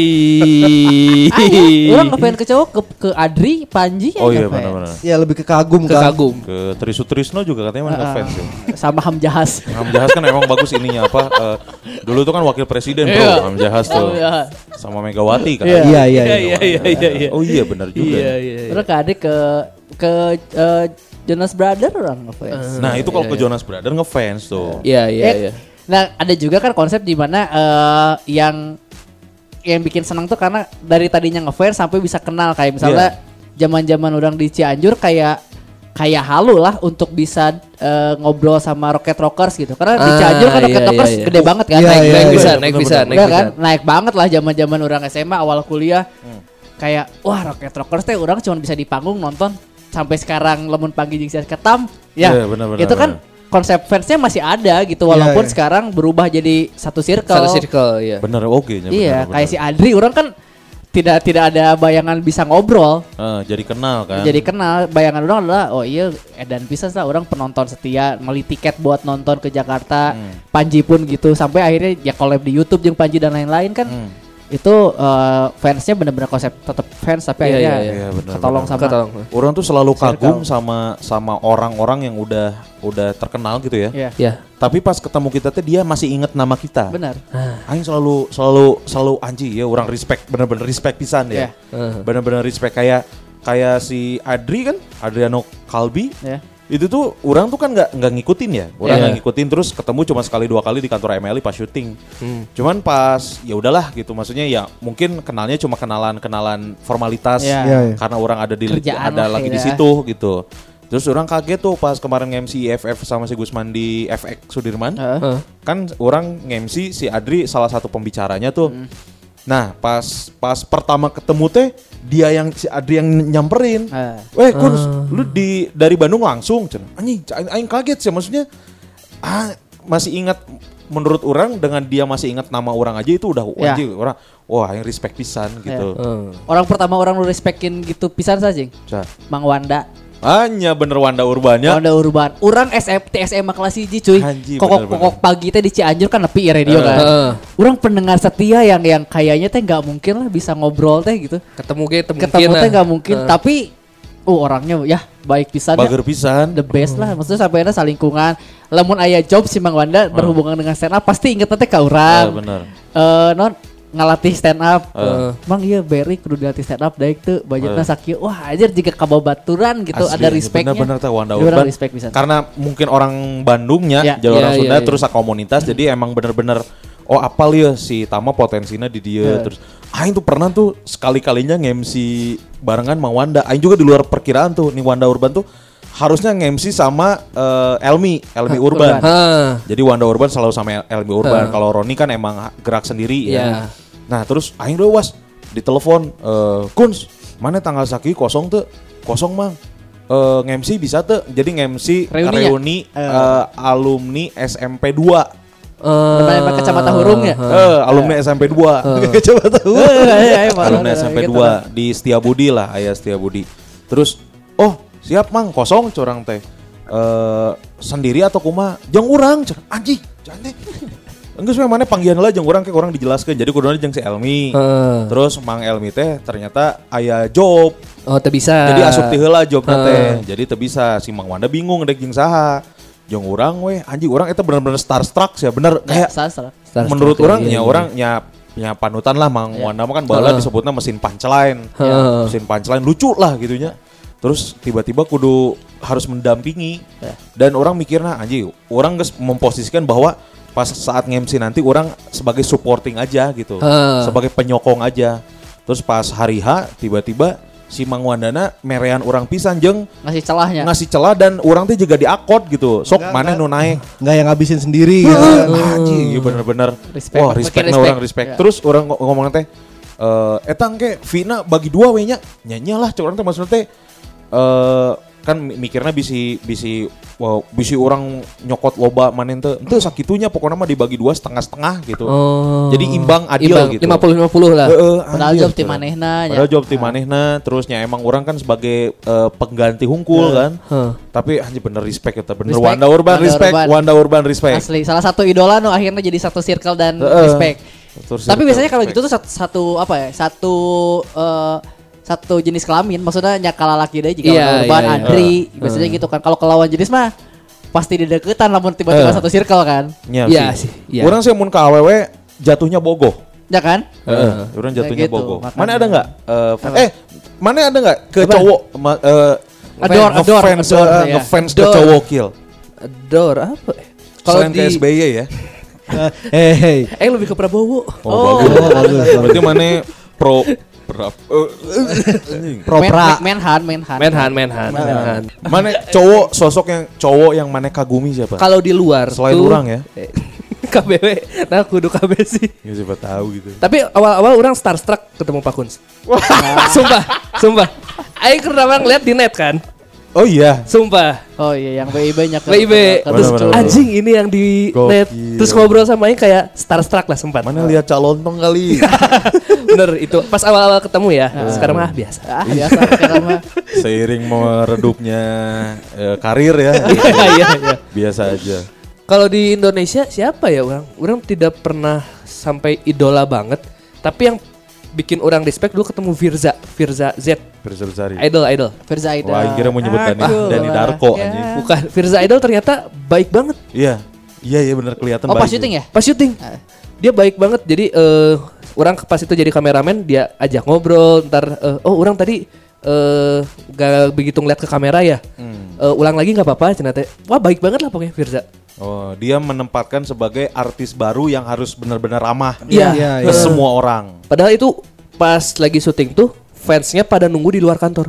Hey. Ah, orang ngefans ke cowok ke, ke Adri, Panji ya Oh iya ngefans. benar-benar. ya lebih ke kagum kan. Kekagum. Ke Trisu Trisno juga katanya mana Ah, ngefans ya. sama Ham Jahas. Ham Jahas kan emang bagus ininya apa? eh, dulu tuh kan wakil presiden bro, Iya. Ham Jahas tuh. Oh, iya. Sama Megawati kan. Iya. Iya, iya, iya. Iya, iya, iya, iya. Oh iya benar juga. Iya, ya. iya. iya. Terus ke adik ke ke eh, Jonas Brother orang ngefans. Nah itu kalau Iya, ke iya. Jonas Brother ngefans tuh. Iya, iya, Eh, iya. Nah, ada juga kan konsep di mana eh, yang yang bikin senang tuh karena dari tadinya ngefans sampai bisa kenal kayak misalnya zaman-zaman orang di Cianjur kayak kayak halu lah untuk bisa eh, ngobrol sama Rocket Rockers gitu. Karena di Ah, Cianjur kan Rocket iya, Rockers iya, iya. gede banget kan. Iya, naik, iya, Naik iya. bisa, Bener, naik bener, bisa, bener. naik Iya bisa. kan? Naik banget lah zaman-zaman orang S M A awal kuliah. Kayak wah Rocket Rockers teh orang cuma bisa di panggung nonton sampai sekarang lemun panggil jeung sia ketam. Ya. Iya, bener, bener, itu kan bener. konsep fansnya masih ada gitu walaupun Iya, iya. sekarang berubah jadi satu circle. Satu circle, iya. Bener oke. nya, Iya, bener, kayak bener. si Adri orang kan tidak tidak ada bayangan bisa ngobrol. Eh, jadi kenal kan. Jadi kenal bayangan orang adalah oh iya edan pisan lah orang penonton setia beli tiket buat nonton ke Jakarta. Hmm. Panji pun gitu sampai akhirnya ya collab di YouTube jeung Panji dan lain-lain kan. Hmm. Itu eh, fansnya benar-benar konsep tetap fans tapi Iya, akhirnya iya, iya, benar, ketolong benar. sama Ketolong. Orang tuh selalu kagum Circle. sama sama orang-orang yang udah udah terkenal gitu ya. Iya. Ya. Tapi pas ketemu kita tuh dia masih inget nama kita. Benar. Aing selalu selalu selalu anji ya orang respect bener-bener respect pisan Iya. ya. Heeh. Bener-bener respect kayak kayak si Adri kan Adriano Kalbi. Ya. Itu tuh orang tuh kan nggak nggak ngikutin ya. Orang Iya. nggak ngikutin terus ketemu cuma sekali dua kali di kantor M L I pas syuting. Hmm. Cuman pas ya udahlah gitu maksudnya ya mungkin kenalnya cuma kenalan-kenalan formalitas Iya. Iya, iya. karena orang ada di Kerjaan ada lah lagi di ya. situ gitu. Terus orang kaget tuh pas kemarin nge-M C I F F sama si Gusman di F X Sudirman. Heeh. Heeh. Kan orang nge-M C si Adri salah satu pembicaranya tuh. Hmm. Nah, pas pas pertama ketemu teh dia yang si Adri yang nyamperin. Ah. Weh, Kun, lu di dari Bandung langsung, cenah. Anjing, aing, aing kaget sih maksudnya. Ah, masih ingat menurut orang dengan dia masih ingat nama orang aja itu udah Ya. anjing orang. Wah, aing respect pisan gitu. Heeh. Orang pertama orang lu respectin gitu pisan saja, Cah. Mang Wanda. Hanya bener Wanda Urbanya. Wanda Urban. Urang S M T S M A kelas hiji cuy. Anjing, Kokok-kokok pagi teh di Cianjur kan nepi ya radio kan. Heeh. Urang pendengar setia yang yang kayaknya teh nggak mungkin lah bisa ngobrol teh gitu. Ketemu gitu mungkin Ketemu lah. teh nggak mungkin, Heeh. tapi uh orangnya ya baik pisan ya. Bager pisan. The best lah, maksudnya sampai ada salingkungan. Lamun aya job si Mang Wanda berhubungan dengan stand up pasti inget teh ka Ah, urang. bener. Eh non ngalatih stand up. Heeh. Mang iya Berry kudu dilatih stand up daek teu budgetna Eh. sakieu. Wah, anjir jika kababaturan gitu Asli, ada respectnya. Bener-bener teh Wanda Jadi orang Urban. respect pisan. Karena mungkin orang Bandungnya, Ya. jadi orang Ya, Sunda ya, ya. terus komunitas jadi emang bener-bener oh apal ya si Tama potensinya di dia Ya. terus aing tuh pernah tuh sekali-kalinya nge-M C barengan sama Wanda. Aing juga di luar perkiraan tuh nih Wanda Urban tuh harusnya nge-M C sama eh, Elmi, Elmi Hah, Urban. Urban. Heeh. Jadi Wanda Urban selalu sama El- Elmi Urban. Hah. Kalau Roni kan emang gerak sendiri ya. Iya. Nah terus aing udah was ditelepon eh Kuns mana tanggal saki kosong tuh kosong mang eh nge-M C bisa tuh jadi nge-M C Reuni ya? reuni Eh. eh, alumni S M P dua Eh, Depan Kecamatan Hurung ya? eh alumni S M P dua Coba tahu. alumni S M P dua di Setiabudi lah ayah Setiabudi terus oh siap mang kosong curang teh eh sendiri atau kuma jeung urang cenah anjing jangan teh Enggak sebenarnya mana panggilan lah jeung urang kayak orang dijelaskan. Jadi kuduna jeung si Elmi. Heeh. Terus Mang Elmi teh ternyata aya job. Oh, teu bisa. Jadi asup ti heula jobna Heeh. teh. Jadi teu bisa si Mang Wanda bingung dek jeung saha. Jeung urang we anjing urang eta bener-bener starstruck ya bener Ya, kayak sastra. Star menurut Trek, orang iya, ya iya. orang nya nya panutan lah Mang Iya. Wanda mah kan baheula Heeh. disebutna mesin punchline. Heeh. Mesin punchline lucu lah gitunya. Terus tiba-tiba kudu harus mendampingi. Ya. Dan orang mikirnya anjing orang geus memposisikan bahwa pas saat nge-M C nanti orang sebagai supporting aja gitu. Heeh. Sebagai penyokong aja. Terus pas hari H tiba-tiba si Mang Wandana merean orang pisan jeung Ngasih celahnya. ngasih celah dan orang teh juga diakot gitu. Sok Enggak, maneh enggak. nu naik. Nggak yang ngabisin sendiri gitu. Anjing, iya bener-bener. Respect. Wah, Pakai respect respect. orang respect. Ya. Terus orang ngo- ngomong teh eh etang ke Vina bagi dua we nya. Nya lah cek orang teh maksudnya teh eh kan mi- mikirnya bisi bisi wow, bisi orang nyokot loba manen teh. Henteu sakitunya pokoknya mah dibagi dua setengah-setengah gitu. Oh. Jadi imbang adil Imbang, gitu. lima puluh lima puluh lah. Heeh, Padahal anjir, job ti cenah. manehna nya. Padahal job ti manehna terusnya emang orang kan sebagai eh, pengganti hungkul kan. Heeh. Tapi anjir bener respect eta bener Respect. Wanda Urban Wanda respect, Urban. Wanda Urban respect. Asli, salah satu idola nu akhirnya jadi satu circle dan Heeh. respect. Terus Tapi respect, biasanya kalau respect. gitu tuh satu, satu apa ya? Satu eh, satu jenis kelamin, maksudnya nyakala laki deh jika Iya, Wanda Urban, iya, iya. Andri, biasanya gitu kan. Kalau kelawan jenis mah pasti dideketan lamun tiba-tiba Eh. satu circle kan. Nya Iya sih. sih, iya. Orang sih mun ka awewe jatuhnya bogoh. Ya kan? Heeh. Orang jatuhnya gitu, bogoh. makanya. Mana ada enggak? eh, fan- Apa? eh, mana ada enggak ke Apa? cowok ma- eh, Adore, adore, ngefans adore, eh, ya. ngefans ke Adore. cowok kill. Adore apa? ya? Kalau Kalau ke di S B Y ya. Hei, hei. eh lebih ke Prabowo. Oh, bagus. Oh, bagus. Berarti mana pro pro eh, anjing. Propra. Men, menhan, menhan. Menhan, menhan, menhan. Mana cowok sosok yang cowok yang mana kagumi siapa? Kalau di luar Selain tuh, orang ya. eh, K B W, nah kudu K B sih. Ya siapa tahu gitu. Tapi awal-awal orang starstruck ketemu Pak Kuns. Sumpah, sumpah. Aing pernah ngeliat di net kan. Oh iya. Sumpah. Oh iya, yang B I B nya ke, W I B. ke- ke- Terus Bener-bener. anjing ini yang di Gokil. net. Terus ngobrol sama Aing kayak starstruck lah sempat. Mana lihat calon tong kali. Bener itu. Pas awal-awal ketemu ya. Sekarang mah biasa. Ah, biasa sekarang mah. Seiring meredupnya eh, karir ya. Iya, iya, iya. Biasa aja. Kalau di Indonesia siapa ya orang? Orang tidak pernah sampai idola banget. Tapi yang bikin orang respect dulu ketemu Firza, Firza Z, Firza Besari. idol idol. Firza Aida. Wah, yang kira mau nyebut Dani, Aku Dani lah, Darko ya. anjing. Bukan, Firza idol ternyata baik banget Iya. Iya iya benar kelihatan Oh, baik pas syuting ya? pas syuting. Ah. Dia baik banget. Jadi eh orang pas itu jadi kameramen, dia ajak ngobrol. Ntar eh, oh orang tadi eh gak begitu ngeliat ke kamera ya. Hmm. Eh, ulang lagi nggak apa-apa, cenah teh. Wah baik banget lah pokoknya Firza. Oh, dia menempatkan sebagai artis baru yang harus benar-benar ramah Iya. Iya, ke iya. semua orang. Padahal itu pas lagi syuting tuh fansnya pada nunggu di luar kantor.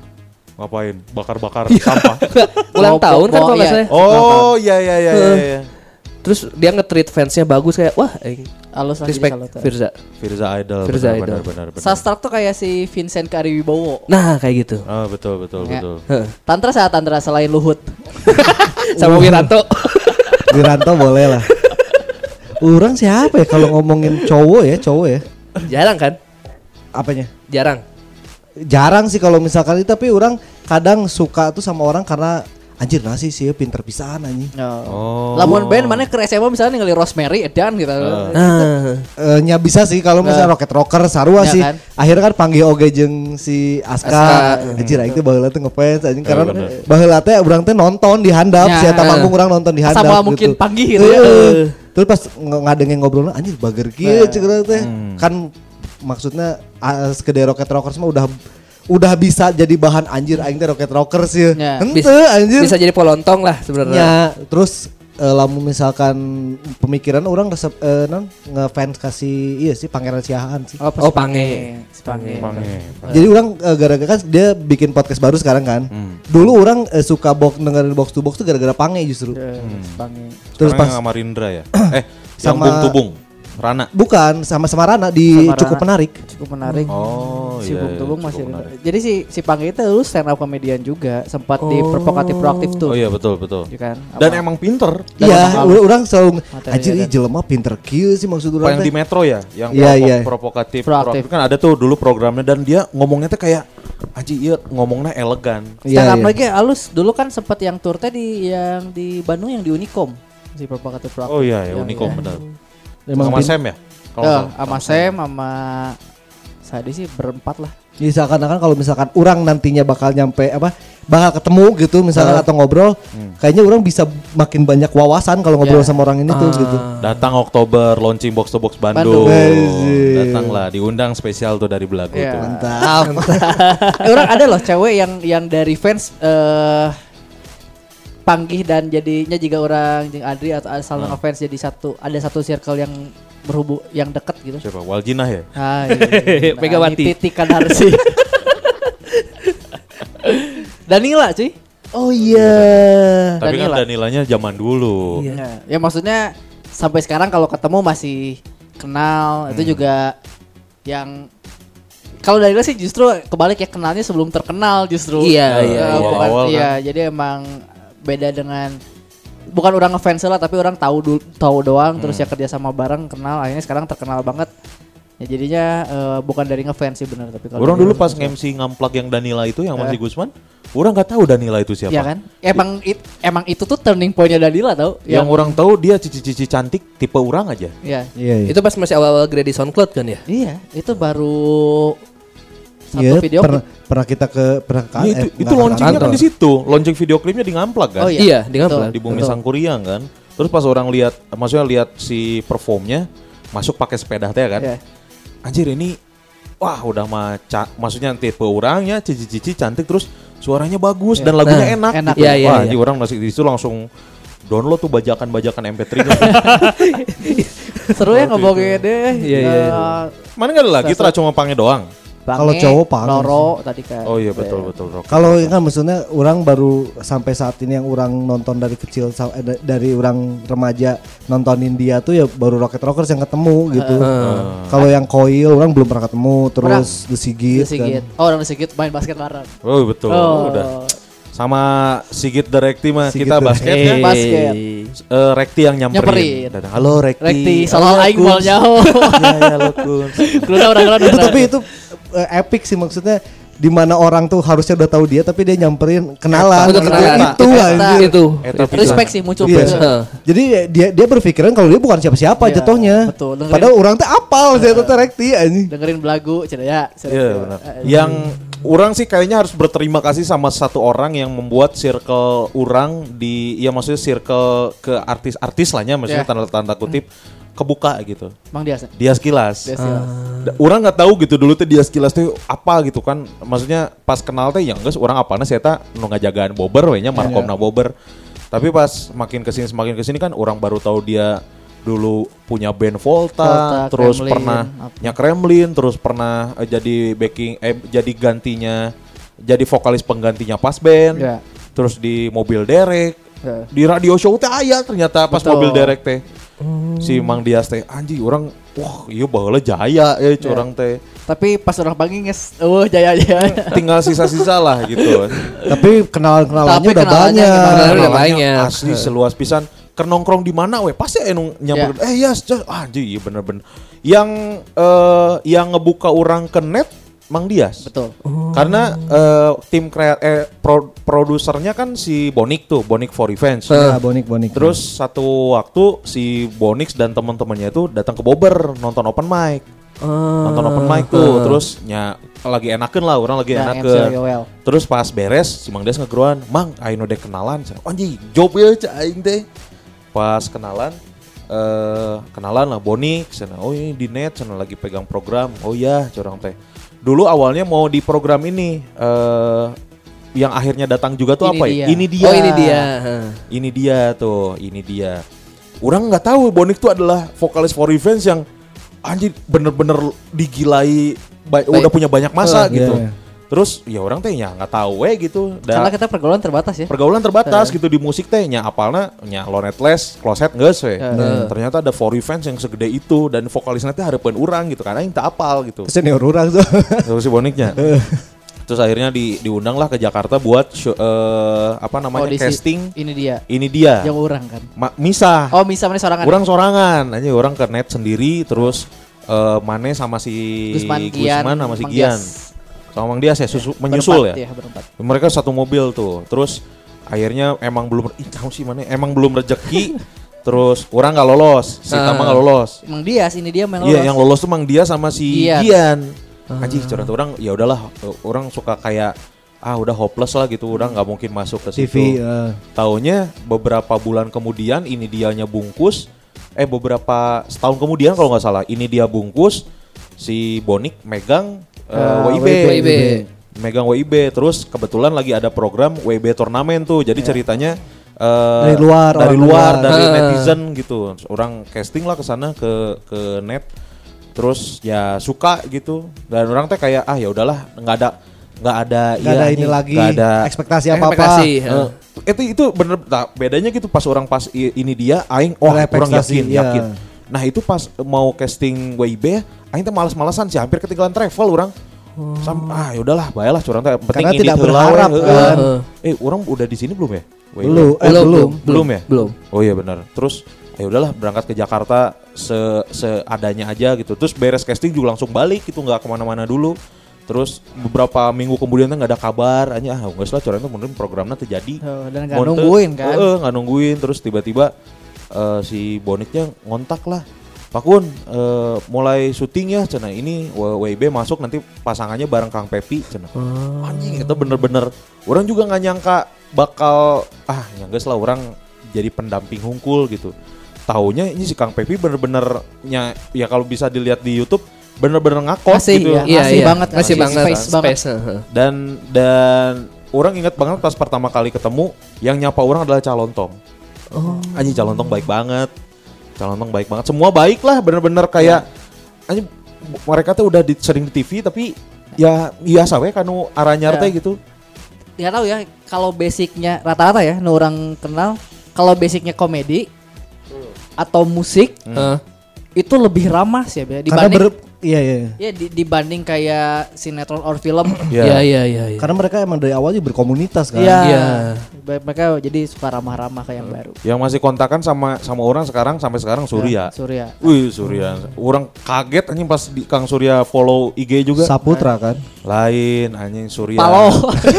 Ngapain? Bakar-bakar Iya. sampah. Ulang Oh, tahun kan oh, kalau nggak iya. salah. Oh, iya iya iya iya. iya. Terus dia nge-treat fansnya bagus kayak wah aing Halus lagi respect kalau tuh. Firza. Firza Idol. Firza benar, Idol. Benar, benar, benar. Sastra tuh kayak si Vincent Kariwibowo. Nah kayak gitu. Oh, betul betul Ya. betul. Heeh. Tantra saat Tantra selain Luhut. Sama Wiranto. Wiranto boleh lah. Orang siapa ya kalau ngomongin cowok ya, cowok ya? Jarang kan? Apanya? Jarang. Jarang sih kalau misalkan itu, tapi orang kadang suka tuh sama orang karena anjir nasi sih pinter pisan anjing. Oh. Lamun band mana ke S M A misalnya ningali Rosemary edan gitu. Nah, Eh, nya bisa sih kalau misalnya Rocket Rocker sarua Ya sih. kan? Akhirnya kan panggil oge jeung si Aska. Aska. Anjir aing teh baheula teh ngefans anjing karena bener. baheula teh urang teh nonton di handap, Ya. si eta manggung urang nonton di handap Sama gitu. mungkin panggih gitu ya. Heeh. Terus pas ng- ngadengin ngobrolnya anjir bager kieu Nah. ceuk urang teh. Kan maksudnya ah, sekedar Rocket Rockers mah udah udah bisa jadi bahan anjir aing teh Rocket Rockers ya. Ya. Henteu bis- anjir. bisa jadi polontong lah sebenarnya. Ya, terus eh, lamun misalkan pemikiran orang resep eh, non ngefans kasih iya sih Pangeran Siahaan sih. pas Oh, Pange. Si Pange. Pange. Jadi orang eh, gara-gara kan dia bikin podcast baru sekarang kan. Hmm. Dulu orang eh, suka box dengerin box to box tuh gara-gara Pange justru. Eh, si Pange. Terus Sekarang pas yang sama Rindra ya. eh, Sama- yang Bung Tubung. Rana. bukan sama-sama Rana di Sama cukup Rana. menarik. Cukup menarik. Oh, si iya, Bung iya, Tubung cukup masih ada. menarik. Jadi si si Pange itu lu stand up comedian juga, sempat di provokatif proaktif tuh. Oh iya betul betul. Ya kan? Dan Apa- emang pinter. Dan Iya, emang orang orang selalu Materi anjir ya ih jelema pinter kieu sih maksud Apa urang yang di teh. Metro ya, yang Iya, provo- iya. provokatif, Proaktif. proaktif kan ada tuh dulu programnya dan dia ngomongnya tuh kayak anjir iya ngomongnya elegan. Iya, Stand up iya. lagi halus. Dulu kan sempat yang tour teh di yang di Bandung yang di Unicom. Si provokatif proaktif. Oh iya ya Yang- Unicom ya. benar. Emang sama pin- Sam ya? Kalau Eh, nggak salah. sama Sam sama Sadi sih berempat lah. Jadi seakan-akan kalau misalkan orang nantinya bakal nyampe apa bakal ketemu gitu misalnya Uh. atau ngobrol, kayaknya orang bisa makin banyak wawasan kalau ngobrol Ya. sama orang ini tuh gitu. Datang Oktober launching box to box Bandung. Bandung. Datanglah diundang spesial tuh dari Belagu Iya. tuh. Mantap. Eh, orang ada loh cewek yang yang dari fans eh panggih dan jadinya juga orang jeung Adri atau asal Hmm. fans jadi satu ada satu circle yang berhubung yang deket gitu. Siapa? Waljinah ya? Ah, iya. Megawati. Ini Titi Kadarsi. Danila cuy. Oh iya. Tapi kan Danila. Danilanya zaman dulu. Ya, ya maksudnya sampai sekarang kalau ketemu masih kenal itu juga yang kalau Danila sih justru kebalik ya kenalnya sebelum terkenal justru. Iya, Eh, iya, bukan- awal-awal iya, kan. jadi emang beda dengan bukan orang ngefans lah tapi orang tahu dulu tahu doang terus ya kerja sama bareng kenal akhirnya sekarang terkenal banget. Ya jadinya eh, bukan dari ngefans sih benar tapi kalau Orang dari dulu pas ngefans, nge-M C ngamplak yang Danila itu yang masih Eh. Gusman, orang nggak tahu Danila itu siapa. Iya kan? Emang it- emang itu tuh turning pointnya Danila tau? Yang orang tahu dia cici-cici cantik tipe orang aja. Iya. Iya. iya. Itu pas masih awal-awal grade di SoundCloud kan ya? Iya, itu baru satu Iya, video pernah, klip. pernah kita ke pernah ke Iya, itu eh, itu nggak ke launchingnya kan kantor. di situ. Launching video klipnya di ngamplak kan. Oh iya. Iya, di Ngamplak. Di Bumi Betul. Sangkuriang kan. Terus pas orang lihat, maksudnya lihat si performnya masuk pakai sepeda teh kan. Iya. Anjir ini wah udah maca, maksudnya tipe orangnya cici-cici cantik terus suaranya bagus dan lagunya Nah, enak. enak. Gitu. Iya, iya, Wah, iya. anjir orang masih di situ langsung download tuh bajakan-bajakan M P tiga. Seru ya Waktu ngomongin deh. Iya, iya, iya. Eh, Mana nggak ada lagi, Tra cuma pange doang. Kalau Bange, cowok Pange Loro tadi kan. Oh iya betul betul Rock. Kalau kan maksudnya orang baru sampai saat ini yang orang nonton dari kecil sa- eh, da- dari orang remaja nontonin dia tuh ya baru Rocket Rockers yang ketemu gitu. Kalau yang Coil orang belum pernah ketemu terus The Sigit. The Sigit. Kan. Oh, orang The Sigit main basket bareng. Oh betul. Oh. Udah. Sama Sigit The Rekti mah Sigit kita The- basket Eh, kan. Basket. Eh, Rekti yang nyamperin. Nyamperin. Datang, halo Rekti. Rekti, Halo, soal aing Kun." mal nyaho. Iya ya lo Kun. Keluar orang-orang Itu tapi itu eh, epic sih maksudnya di mana orang tuh harusnya udah tahu dia tapi dia nyamperin kenalan. Untuk kenalan. Itu Eta. anjir. Itu. Eta pisan. Respect sih muncul. Iya. Bener. Jadi dia dia berpikiran kalau dia bukan siapa-siapa Iya, jatuhnya. betul. Dengerin- Padahal orang tuh apal saya tuh Rekti anjing. Dengerin belagu cina ya. Iya benar. Yang orang sih kayaknya harus berterima kasih sama satu orang yang membuat circle orang di ya maksudnya circle ke artis-artis lahnya maksudnya Iya. tanda-tanda kutip kebuka gitu. Mang Dias. Dia sekilas. Dias Silas. Da- Orang nggak tahu gitu dulu tuh dia sekilas tuh apa gitu kan. Maksudnya pas kenal teh yang guys orang apana saya tak nu ngajagaan bober we nya markomna bober. Tapi pas makin kesini semakin kesini kan orang baru tahu dia dulu punya band Volta, Volta, terus Kremlin, pernah apa. nya Kremlin, terus pernah eh, jadi backing eh jadi gantinya jadi vokalis penggantinya pas band. Iya. Terus di mobil derek. Iya. Di radio show teh aya ternyata pas Betul. mobil derek teh. Si Mang Dias teh anjing orang wah iya baheula jaya ya Iya. orang teh. Tapi pas orang panggil nges, oh jaya jaya. Tinggal sisa-sisa lah gitu. Tapi kenalan-kenalannya Tapi udah kenalannya banyak. gimana? Kenalan udah Kenalannya banyak. Asli seluas pisan. Ker nongkrong di mana we pasti anu nyamperin. Eh yes, just, ah anjing iya bener-bener. Yang eh yang ngebuka orang ke net Mang Dias. Betul. Karena eh, tim kreat eh pro- produsernya kan si Bonik tuh, Bonik for Revenge. Ya, bonik-bonik. Terus satu waktu si Bonix dan teman-temannya itu datang ke Bobber nonton open mic. Nonton open mic tuh, terus nya lagi enakeun lah, orang lagi Ya, M C enakeun. lagi well. Terus pas beres si Mang Dias ngegeruan, "Mang, ayeuna dek kenalan." Cenah, "Anjing, job ya cah aing teh." Pas kenalan eh kenalan lah Bonix, cenah, "Oh, ini di net, cenah lagi pegang program." "Oh iya, curang teh." Dulu awalnya mau di program ini eh yang akhirnya datang juga tuh Ini apa dia. ya? Ini dia. Oh, ini dia. Ini dia tuh, ini dia. Orang nggak tahu Bonik tuh adalah vokalis For Revenge yang anjir bener-bener digilai, ba- Baik. udah punya banyak masa Uh, gitu. iya, iya. Terus ya orang teh nya nggak tahu we gitu. Da- Karena kita pergaulan terbatas ya. pergaulan terbatas gitu di musik teh nya apalna nya Lonetless, Closet geus we. Ya. Ternyata ada For Revenge yang segede itu dan vokalisnya teh hareupeun urang gitu karena yang tak apal gitu. Senior orang tuh. Terus si Boniknya. Terus akhirnya di diundang lah ke Jakarta buat show, eh, apa namanya Audisi. casting. Ini dia. Ini dia. Yang orang kan. Ma- misah. Oh, bisa mana sorangan. Orang sorangan aja orang ke net sendiri terus eh Mane sama si Gusman, Gian, Gusman sama si Mang Gian. Dias. Sama Mang Dias ya susu, menyusul Berempat, ya. berempat. Mereka satu mobil tuh. Terus akhirnya emang belum ih tahu sih mana emang belum rezeki. terus orang nggak lolos, si Tama nggak lolos. Mang Dias ini dia yang lolos. Iya, yang lolos tuh Mang Dia sama si Gian. Gian. Anjing, curhat orang ya udahlah, orang suka kayak ah udah hopeless lah gitu, udah nggak mungkin masuk ke T V. situ. Uh. Taunya beberapa bulan kemudian ini dianya bungkus, eh beberapa setahun kemudian kalau nggak salah ini dia bungkus, si Bonik megang uh, Uh, W I B. W I B. Megang W I B, terus kebetulan lagi ada program W I B turnamen tuh, jadi ceritanya uh, Dari luar, dari orang luar, luar. dari Uh. netizen gitu, orang casting lah ke sana ke ke net, terus ya suka gitu, dan orang teh kayak ah ya udahlah nggak ada nggak ada Gak ada iya, ini lagi nggak ada ekspektasi apa-apa. Ekspektasi. Eh, itu itu bener nah, bedanya gitu pas orang pas i- ini dia aing oh Ada orang ekspektasi, yakin iya. yakin. Nah itu pas mau casting W I B aing teh malas-malasan sih hampir ketinggalan travel orang. Sam, ah ya udahlah bayalah curang teh penting Karena ini tidak heula we, berharap, heeh. kan. Eh orang udah di sini belum ya? W I B? Belum, eh, Belum, belum. Belum ya? Belum. Oh iya benar. Terus ya udahlah berangkat ke Jakarta se seadanya aja gitu. Terus beres casting juga langsung balik gitu nggak kemana-mana dulu. Terus beberapa minggu kemudian tuh nggak ada kabar, aja ah nggak salah curang tuh mungkin programnya terjadi. Oh, dan nggak nungguin kan? Heeh, nggak nungguin. Terus tiba-tiba eh, si Boniknya ngontak lah. Pak Kun, eh, mulai syuting ya, cina ini W I B masuk nanti pasangannya bareng Kang Pepi, cina. Anjing itu bener-bener, orang juga nggak nyangka bakal ah ya guys lah orang jadi pendamping hungkul gitu. Taunya ini si Kang Pepi bener-bener nya, ya kalau bisa dilihat di YouTube bener-bener ngakos Ngasih, gitu. ya. Iya, Ngasih iya. banget, ngasih ngasih banget, space banget. space, heeh. Dan dan orang ingat banget pas pertama kali ketemu yang nyapa orang adalah Calontong. Oh. Anjing Calontong baik banget. Calontong baik banget. Semua baik lah bener-bener kayak anjing mereka tuh udah di, sering di T V tapi ya biasa we kanu aranyar Ya. teh gitu. Nggak tahu ya kalau basicnya rata-rata ya nu orang kenal kalau basicnya komedi atau musik Heeh. itu lebih ramah sih ya Karena dibanding ber, iya iya. ya di- dibanding kayak sinetron or film. Iya, iya, iya, iya. Karena mereka emang dari awal juga berkomunitas kan. Iya. Iya. Ba- Mereka jadi suka ramah-ramah kayak yang baru. Yang masih kontakan sama sama orang sekarang sampai sekarang Surya. Ya, Surya. Wih Surya, orang kaget anjing pas di Kang Surya follow I G juga. Saputra kan. Lain anjing Surya. Palo.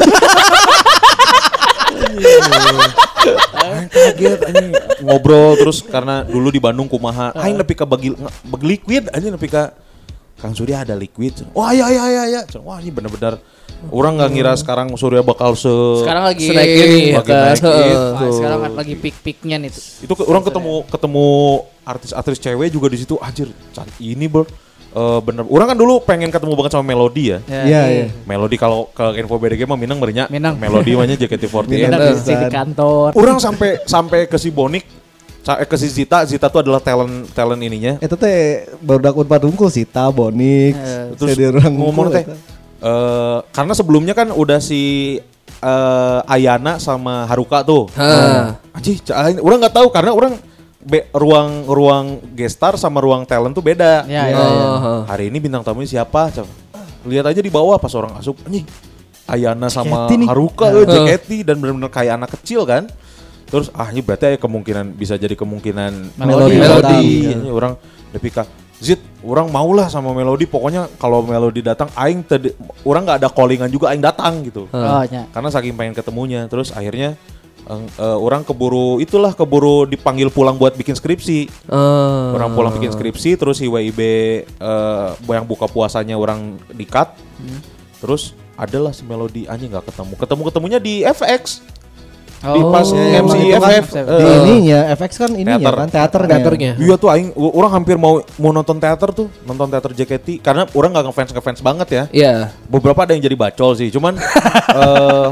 Aing kaget anjing ngobrol terus karena dulu di Bandung kumaha. Aing nepi ka bagi bagi liquid anjing nepi ka Kang Surya ada liquid. Wah iya iya iya iya. Wah ini benar-benar orang nggak ngira sekarang Surya bakal se Sekarang lagi Senaik ini ya Lagi kan. naik Heeh. gitu. Wah, sekarang kan lagi peak-peaknya nih. tuh. itu ke- orang ketemu ketemu artis-artis cewek juga di situ anjir cantik ini bro. Eh, bener orang kan dulu pengen ketemu banget sama Melody ya. Ya, Iya iya. Melody kalau ke info B D G mah Minang berinya Minang. Melody mahnya J K T empat Kita delapan. di, di kantor. Orang sampai sampai ke si Bonik, sa- eh, ke si Zita, Zita tuh adalah talent talent ininya. Itu teh baru Unpad Unggul Sita, Bonik, Eh, Terus jadi orang ngomong unggul teh, eta. eh, karena sebelumnya kan udah si eh, Ayana sama Haruka tuh. Hah. Anjir, ca- orang nggak tahu karena orang be- ruang ruang gestar sama ruang talent tuh beda. Ya, ya, Oh, ya. heeh. Hari ini bintang tamunya siapa? Coba. Lihat aja di bawah pas orang asup. Anjing, Ayana sama J K T nih. Haruka, eh, J K T dan benar-benar kayak anak kecil kan. Terus ah ini berarti ya kemungkinan bisa jadi kemungkinan Melody. Melody. Datang. Ini orang Depika Zit, orang maulah sama Melody. Pokoknya kalau Melody datang, aing tadi orang nggak ada callingan juga, aing datang gitu. Oh, ya. Karena saking pengen ketemunya. Terus akhirnya eh, eh, orang keburu itulah keburu dipanggil pulang buat bikin skripsi. Eh. Orang pulang bikin skripsi, terus si W I B eh, yang buka puasanya orang di-cut. Terus adalah si Melody anjing nggak ketemu. Ketemu ketemunya di F X. Di pas iya, M C iya, F F. kan, Di eh, ininya F X kan ininya Teater. kan teaternya. Teaternya. Iya tuh aing u- orang hampir mau mau nonton teater tuh, nonton teater J K T karena orang nggak ngefans ngefans banget ya. Iya. Beberapa ada yang jadi bacol sih, cuman eh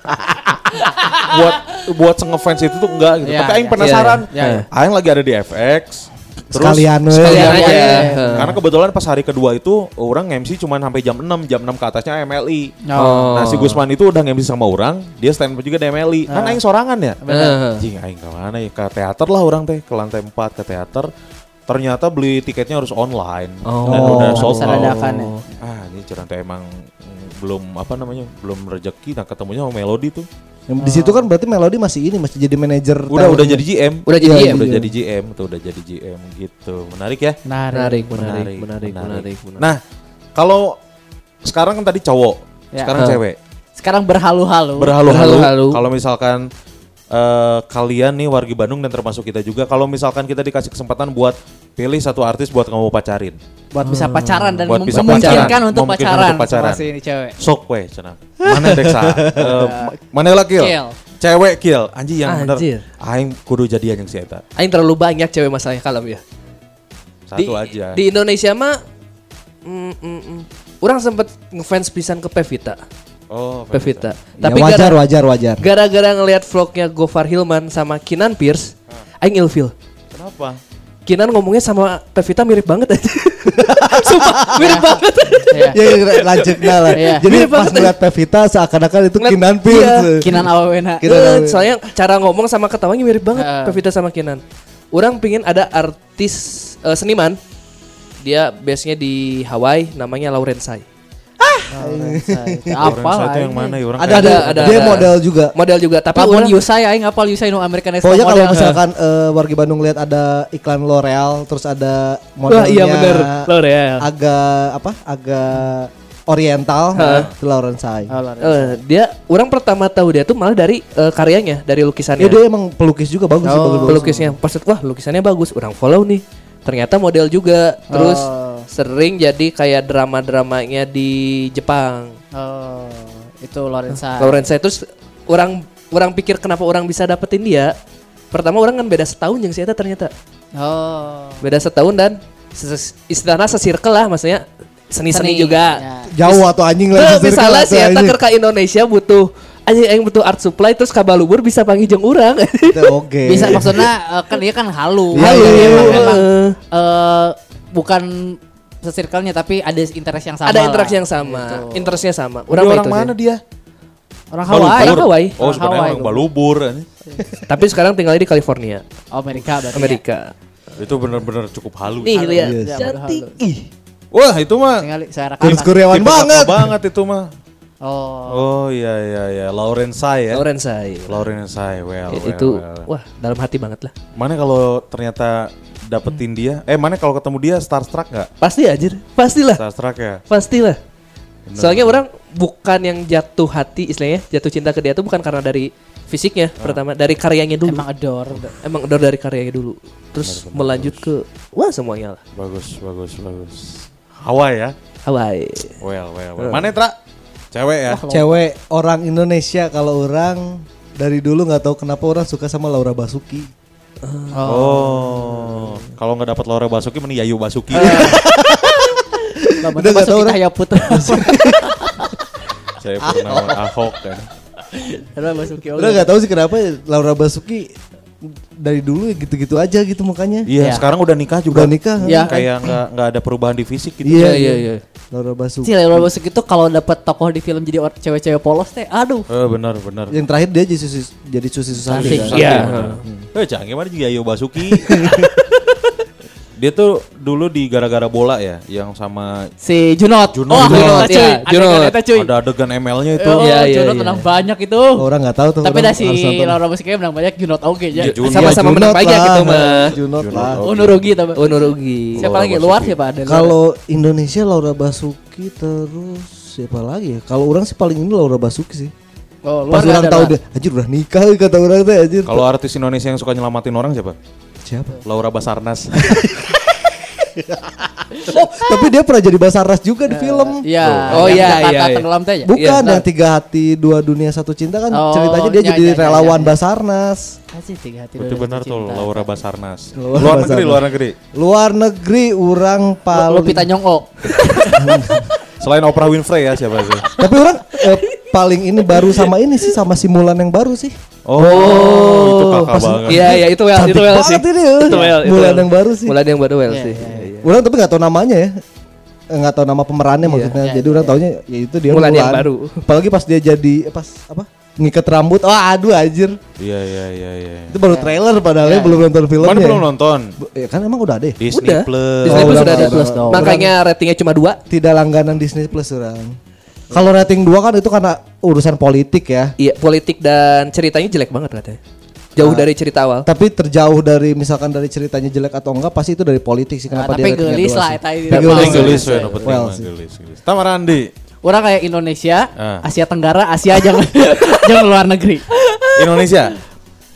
buat buat ngefans itu tuh enggak gitu. Iya, Tapi aing iya. penasaran. Iya, iya. Aing lagi ada di F X. Terus Sekalian we. Sekalian Iya, aja. iya, iya. Heeh. karena kebetulan pas hari kedua itu orang M C cuman sampai jam enam, jam enam ke atasnya M L I. Oh. Nah si Gusman itu udah M C sama orang, dia stand up juga di M L I. Kan Ah. aing sorangan ya. Heeh. Anjing aing ke mana ya? Ke teater lah orang teh, ke lantai empat ke teater. Ternyata beli tiketnya harus online Oh. dan udah sold bisa out. dadakan ya. Ah, ini curang teh emang mm, belum apa namanya? Belum rezeki nah ketemunya sama Melody tuh. Yang Di situ kan berarti Melody masih ini masih jadi manajer. Udah talent. udah jadi G M. Udah jadi Iya, G M. Udah iya. jadi G M tuh, udah jadi G M gitu. Menarik ya? Menarik. Menarik, menarik, menarik, menarik, menarik. Nah, kalau sekarang kan tadi cowok, Ya. sekarang Hah. cewek. Sekarang berhalu-halu. Berhalu-halu. Berhalu-halu. Kalau misalkan eh, kalian nih wargi Bandung dan termasuk kita juga kalau misalkan kita dikasih kesempatan buat pilih satu artis buat kamu pacarin. Buat bisa pacaran dan Buat mem- bisa memungkinkan pacaran. untuk Memungkinkan pacaran, untuk pacaran. sama si ini cewek. Sok we cenah. Mana Deksa? Eh, mana lah kill? Kill. Cewek kill. Anjing yang bener. Anjir. Aing kudu jadian yang si eta. Aing terlalu banyak cewek masalahnya kalem ya. Satu di, aja. Di Indonesia mah mm, mm, mm. orang sempet ngefans pisan ke Pevita. Oh, Pevita. Ya, Tapi wajar, gara- wajar, wajar. gara-gara ngelihat vlognya Gofar Hilman sama Kinan Pierce, aing ilfeel. Kenapa? Kinan ngomongnya sama Pevita mirip banget aja. Sumpah, mirip banget. Iya. Ya, ya lanjutnya lah. Iya. Jadi Mirip pas banget. ngeliat Pevita seakan-akan itu Ngeliat- Kinan iya. Pierce. Kinan Awawena. Kinan Eh, Awawena. soalnya cara ngomong sama ketawanya mirip banget Heeh. Pevita sama Kinan. Orang pingin ada artis eh, seniman. Dia biasanya di Hawaii, namanya Lauren Sai. Apa Orang lah satu yang ini? mana ya orang Ada, kayak- ada, ada, Dia ada. model juga. Model juga, tapi Lamun orang Yusai aing apal Yusai nu American Next Pokoknya kalau Model. misalkan eh, warga Bandung lihat ada iklan L'Oreal, terus ada modelnya Wah, iya bener, L'Oreal. agak apa? Agak oriental, Hah. itu Lauren Sai. Oh, Lauren. eh, dia orang pertama tahu dia tuh malah dari eh, karyanya, dari lukisannya. Ya dia emang pelukis juga bagus sih, Oh. bagus. Pelukisnya pas wah lukisannya bagus, orang follow nih. Ternyata model juga, terus Oh. sering jadi kayak drama-dramanya di Jepang. Oh, itu Lorenza. Lauren Sai terus orang orang pikir kenapa orang bisa dapetin dia. Pertama orang kan beda setahun yang si eta ternyata. Oh. Beda setahun dan ses- istilahnya sesirkel lah maksudnya seni-seni Seni, juga. ya. Jauh atau anjing lah. Tuh, misalnya si eta keur ka Indonesia butuh anjing yang butuh art supply terus kabalubur bisa panggil jeung urang. Oke. Bisa maksudnya eh, kan dia kan halu. Iya, Halu. iya, iya. Emang, emang, Eh, eh, bukan sesirkelnya tapi ada interest yang sama. ada lah. interaksi yang sama, Gitu. interestnya sama. Orang, mah orang itu mana sih. dia? Orang Hawaii. Orang Balubur. Hawaii. Oh, Orang sebenarnya Hawaii. orang balubur. anjing. Tapi sekarang tinggalnya di California, Oh, Amerika berarti. Amerika. Itu bener-bener cukup halu. Nih lihat, Yes. cantik. Halu. Ih. Wah, itu mah Tinggal saya Kurs rekaman. kuryawan tipe kakak banget. banget itu mah. Oh. Oh iya iya iya, Lauren Sai ya. Lauren Sai. Lauren Sai, well, well, itu well. wah dalam hati banget lah. Mana kalau ternyata dapetin dia? Eh, mana kalau ketemu dia starstruck nggak? Pasti anjir, pastilah. Starstruck ya. Pastilah. Soalnya orang bukan yang jatuh hati istilahnya, jatuh cinta ke dia tuh bukan karena dari fisiknya pertama, dari karyanya dulu. Emang adore. Emang udah dari karyanya dulu. Terus melanjut ke wah semuanya lah. Bagus bagus bagus. Hawaii ya. Hawaii. Well well. well. Mana Tra? Cewek ya. Cewek orang Indonesia kalau orang dari dulu nggak tahu kenapa orang suka sama Laura Basuki. Oh, kalau nggak dapat Laura Basuki, mending Yayu Basuki. Lama Udah nggak masuk tahu kita orang. ya putra. Saya pernah Ahok kan. Udah Basuki. Udah nggak tahu sih kenapa Laura Basuki dari dulu ya gitu-gitu aja gitu mukanya. Iya, Ya. sekarang udah nikah juga. Udah nikah. Ya. Kayak nggak nggak ada perubahan di fisik gitu. Iya, iya, iya iya. Laura Basuki. Si Laura Basuki itu kalau dapat tokoh di film jadi or- cewek-cewek polos teh, aduh. Eh benar benar. Yang terakhir dia jadi Susi jadi Susi Susanti Susi. kan. Iya. Eh jangan gimana juga Yayu Basuki. Dia tuh dulu di gara-gara bola ya, yang sama Si Junot. Junot. Oh, Junot, Junot, cuy. iya, Adegan Junot. eta, cuy. ada adegan M L-nya itu. Oh, Iya, iya, Junot iya. menang banyak itu. Orang nggak tahu tuh. Tapi orang dah si harus nonton. Laura Basuki menang banyak, Junot oke Iya, ya. Junot. Sama-sama Ya, menang Junot banyak lah. gitu mah. Junot Junot, lah. oke. Oh, Nurugi tapi. Oh Nurugi. Siapa Laura lagi? Luar Basuki. siapa ada? Kalau Indonesia Laura Basuki terus siapa lagi ya? Kalau orang sih paling ini Laura Basuki sih. Oh, Pas luar orang ada tahu lah. dia, anjir udah nikah kata orang teh anjir. Kalau artis Indonesia yang suka nyelamatin orang siapa? Siapa? Laura Basarnas. Oh, tapi dia pernah jadi Basarnas juga di film. Iya. Oh, yang iya, Jakarta iya, iya. tenggelam teh ya. Bukan Iya, yang tiga hati dua dunia satu cinta kan Oh, ceritanya dia iya, jadi iya, iya, relawan iya. Basarnas. Kasih tiga hati. Berarti dua benar jatuh tuh cinta. Laura Basarnas. Laura Luar negeri, Basarnas. luar negeri. Luar negeri orang paling Lupita Nyong'o. Selain Oprah Winfrey ya siapa sih? Tapi orang eh, paling ini baru sama ini sih sama si Mulan yang baru sih. Oh, itu kakak pas- banget. Iya iya itu well Cantik itu well sih. banget ini ya. Itu well, itu Mulan well. yang baru sih. Mulan yang baru well Iya, sih. iya, Iya. Orang tapi nggak tahu namanya ya. Eh, nggak tahu nama pemerannya Iya. maksudnya. Iya, Jadi orang taunya ya itu dia Mulan Mulan. yang baru. Apalagi pas dia jadi eh, pas apa? Ngikat rambut. Oh, aduh anjir. Iya iya iya iya. Itu baru trailer padahal ya, Iya. belum nonton filmnya. Mana belum nonton? Bu- Ya kan emang udah deh. Disney Udah. Plus. Disney Oh, Plus udah, sudah ada. udah, udah. Makanya ratingnya cuma dua. Tidak langganan Disney Plus orang. Kalau rating dua kan itu karena urusan politik ya. Iya politik dan ceritanya jelek banget katanya. Jauh Ah. dari cerita awal. Tapi terjauh dari misalkan dari ceritanya jelek atau enggak pasti itu dari politik sih Nah, kenapa tapi dia ratingnya gelis dua lah sih. eta ini. Tapi Yang gelis, penting gelis gelis. we, yang penting Well mah sih. gelis gelis. Tamarandi. Orang kayak Indonesia, Ah. Asia Tenggara, Asia jangan jangan luar negeri. Indonesia.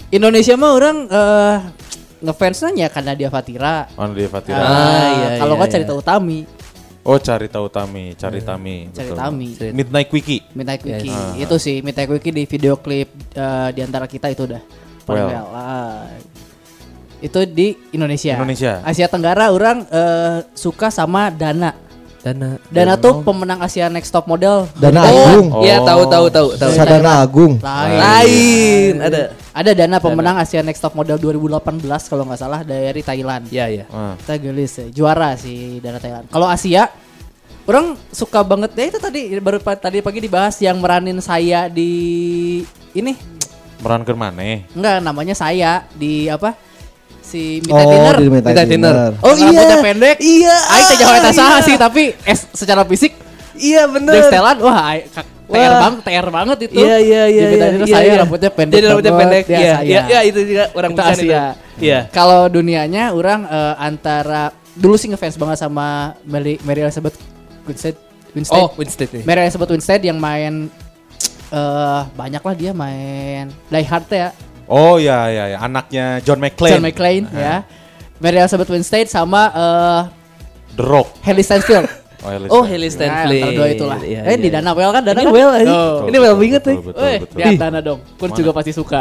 Indonesia mah orang eh ngefansnya karena dia Fatira. Mana dia Fatira? Ah, iya, kalau iya, nggak iya. Cerita Utami, Oh, Carita Utami, Caritami. Cerita betul. Utami. Midnight Quickie. Midnight Quickie. Yes. Itu sih Midnight Quickie di video klip eh, di antara kita itu udah paling Well. well. Ah. Itu di Indonesia. Indonesia. Asia Tenggara orang eh, suka sama Dana. Dana. Dana tuh pemenang Asia Next Top Model. Dana Oh, Agung. iya tahu tahu tahu tahu. Sadana Agung. Lain. Lain ada. Ada Dana pemenang Asia Next Top Model dua ribu delapan belas kalau nggak salah dari Thailand. Iya iya. Ah. Kita gelis ya. Juara sih Dana Thailand. Kalau Asia, orang suka banget ya itu tadi baru pa- tadi pagi dibahas yang meranin saya di ini Merankeun maneh. enggak namanya saya di apa si Oh, Midnight Dinner. di Midnight Midnight Dinner. Dinner. Oh iya. Rambutnya pendek. Iya. Aing teh jawa eta saha iya. sih tapi es secara fisik Iya jeung bener. setelan wah ai- ka- T R Wah. bang T R banget itu. Iya iya iya. Di Midnight Dinner iya, saya iya. rambutnya pendek. Jadi rambutnya banget, pendek. dia Iya saya. iya iya itu juga orang Itu bukan Asia. itu. Iya. Kalau dunianya orang eh, antara dulu sih ngefans banget sama Mary, Mary Elizabeth Winstead. Winstead. Oh, Winstead nih. Mary Elizabeth Winstead yang main eh banyak lah dia main Die Hard ya. Oh ya ya ya, anaknya John McClane. John McClane ya. Mary Elizabeth Winstead sama eh The Rock. Haley Steinfeld. Oh, Haley Oh, Steinfeld. Haley Nah, Steinfeld. antara dua itulah. Iya, eh iya, di iya. Dana Well kan Dana Ini kan? well ini. Oh. Ini well banget Betul, nih. betul, Weh, betul. lihat Dana dong. Kurt Mana? juga pasti suka.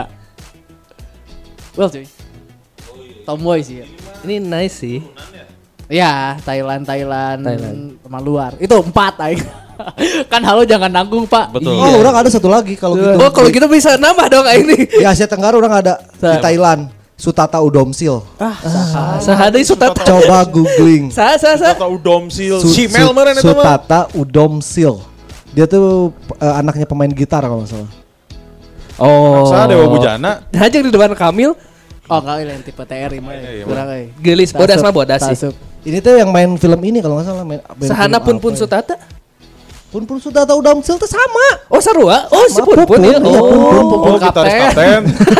Well cuy. Tomboy sih ya. Ini nice sih. Ya, Thailand, Thailand, Thailand. sama luar. Itu empat aing. Kan halo jangan nanggung, Pak. Betul. Oh, orang ada satu lagi kalau gitu. Oh, kalau gitu bisa nambah dong ini. Di Asia Tenggara orang ada di Thailand. Sutata Udomsil. Ah, saha. Sahada Sutata. Coba googling. Sa sa sa. Kata Udomsil. Su- Si Su- Mel meren itu mah. Sutata Udomsil. Dia tuh eh, anaknya pemain gitar kalau nggak salah. Oh. Saya Dewa Bujana. Hajang di depan Kamil. Oh, kali lain tipe T R I mah. Iya, iya, Kurang euy. Gelis bodas mah bodas sih. Tasuk. Ini tuh yang main film ini kalau nggak salah main. main Sahana film pun apa pun ya? Sutata. Pun pun Sutata Udomsil tuh sama. Oh Sarua. Oh si Sama, pun pun Pun, ya. iya, Pun, Pun. Oh. Oh, gitaris kapten.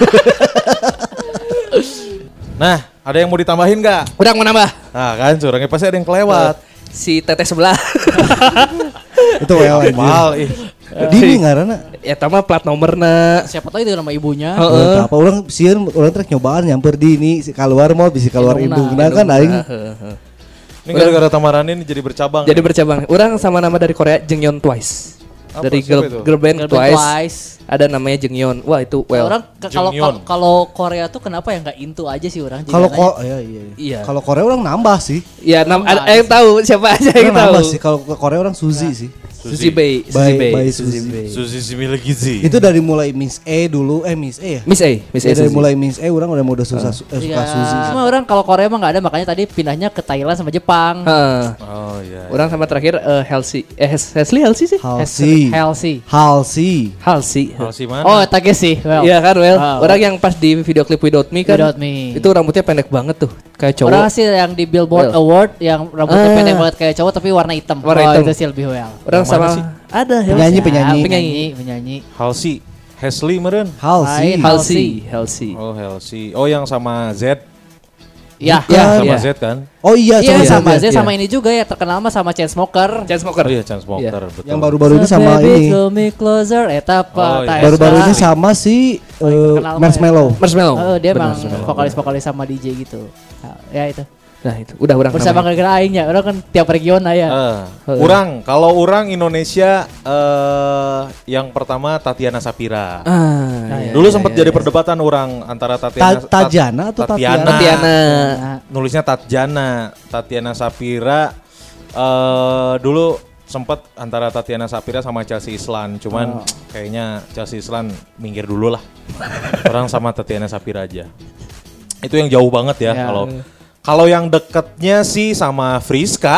Nah, ada yang mau ditambahin nggak? Udah mau nambah. Nah kan, curangnya pasti ada yang kelewat. Si teteh sebelah. Itu well anjir. Mal, ih. Dini ngaranna. Ya tama plat nomorna. Siapa tahu itu nama ibunya. Heeh. Apa orang sieun orang trek nyobaan nyamper Dini si keluar mau bisa keluar Indungna, indungna kan aing. Ini gara-gara Tamaran ini jadi bercabang. Jadi ya? bercabang. Orang sama nama dari Korea Jeongyeon Twice. Apa, Dari siapa girl, itu? girl band Girl band Twice. Twice. Ada namanya Jeongyeon. Wah itu well. Orang ke- kalau Jeongyeon. kalau- kalau Korea tuh kenapa ya nggak into aja sih orang? Kalau Jadi kok iya iya. Iya. Kalau Korea orang nambah sih. Ya nam Nambah ada yang tahu siapa aja yang Orang tahu. nambah sih kalau ke Korea orang Suzy sih. Suzy Bay, Suzy By- Bay, by Suzy Suzy. Bay. Suzy Similegizi. Itu dari mulai Miss E dulu eh Miss E ya. Miss A, Miss A. Ya, dari Suzy. mulai Miss E orang udah mau udah susah su- eh, suka Iya. Suzy. sih. Cuma orang kalau Korea mah nggak ada makanya tadi pindahnya ke Thailand sama Jepang. Heeh. Oh iya. Orang sama terakhir eh, Halsey. Eh Hes- Hesley Halsey sih? Halsey. Halsey. Halsey. Halsey. Hal si mana? Oh, tage sih. Well. Iya kan, well. Oh. Orang yang pas di video klip Without Me kan. Without Me. Itu rambutnya pendek banget tuh, kayak cowok. Orang sih yang di Billboard Well. Award yang rambutnya Ah. pendek banget kayak cowok tapi warna hitam. Warna Oh, hitam. itu sih lebih well. Orang Yang sama mana sih? ada Penyanyi, Halsey. penyanyi. Ah, penyanyi, penyanyi. Halsey. Hesley meren. Halsey. Lain. Halsey, Halsey. Oh Halsey. Oh yang sama Z. Ya. Ya, sama iya. Z kan? Oh iya Iya sama Z, Z ya. sama ini juga ya terkenal mah sama Chainsmoker. Chainsmoker. Oh iya Chainsmoker. Betul. Yang baru-baru ini So sama baby, ini. pull me closer eta Oh, apa? iya. Baru-baru ini sama si eh, terkenal mah Marshmello. Marshmello. Oh, dia Benar, emang Marshmello. vokalis-vokalis sama D J gitu. Nah, ya itu. Nah itu, udah orang Bersama namanya. gara-gara aing ya. Orang kan tiap region aya. Eh, Urang, kalau orang Indonesia eh yang pertama Tatiana Sapira. Ah, iya, Dulu iya, sempat iya, jadi iya. perdebatan orang antara Ta- Tatiana Tajana atau Tatiana. Tatiana? Tatiana. Nah, Nulisnya Tatjana, Tatiana Sapira. eh dulu sempat antara Tatiana Sapira sama Chelsea Islan, cuman kayaknya Chelsea Islan minggir dulu lah. Orang sama Tatiana Sapira aja. Itu yang jauh banget ya Ya. kalau kalau yang deketnya sih sama Friska,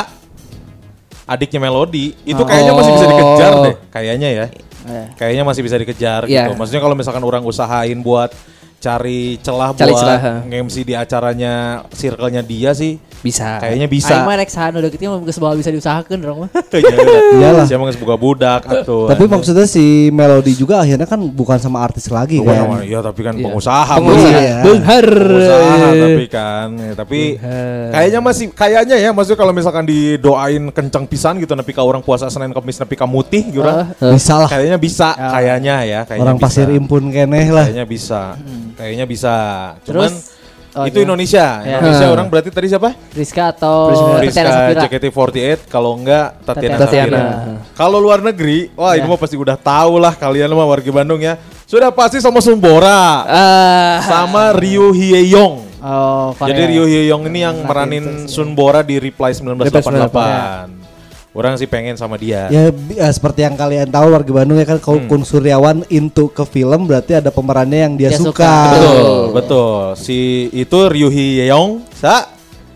adiknya Melody, itu kayaknya masih bisa dikejar deh, kayaknya ya. eh. Kayaknya masih bisa dikejar Iya. gitu. Maksudnya kalau misalkan orang usahain buat cari celah Cari buat celah, ha. nge-M C di acaranya circle-nya dia sih, Bisa. Kayaknya bisa. Aing mah rek saha udah gitu mah geus bae bisa diusahakeun orang mah. Iyalah. Siapa nggak buka budak atau. Tapi maksudnya si Melody juga akhirnya kan bukan sama artis lagi Bukan kan. sama- iya tapi kan Iya. pengusaha. Pengusaha. bro. Iya. Beunghar. Pengusaha tapi kan. Ya, tapi kayaknya masih kayaknya ya maksudnya kalau misalkan didoain kenceng pisan gitu nepi ka orang puasa Senin Kamis nepi ka mutih gitu orang. Bisa lah. Kayaknya bisa, kayaknya ya, kayaknya Orang bisa. pasir impun keneh lah. Kayaknya bisa. Kayaknya bisa. Cuman Terus, oh, itu gimana? Indonesia. Ya. Indonesia Hmm. orang berarti tadi siapa? Rizka atau Tatiana Rizka Safira. J K T empat delapan, kalau enggak Tatiana, Tatiana. Safira. Kalau luar negeri, wah ini Ya. mah pasti udah tahu lah kalian mah warga Bandung ya. Sudah pasti sama Sumbora, Ah. sama Ryu Hye-yong. Oh, Korea. Jadi Ryu Hye-yong ini yang Nah, meranin itu sih. Sunbora di Reply seribu sembilan ratus delapan puluh delapan. Ya. Orang sih pengen sama dia. Ya, bi- ya seperti yang kalian tahu warga Bandung ya kan kalau Kun Suryawan into ke film berarti ada pemerannya yang dia, Dia suka. suka. Betul, betul. Si itu Ryu Hye-yong, sa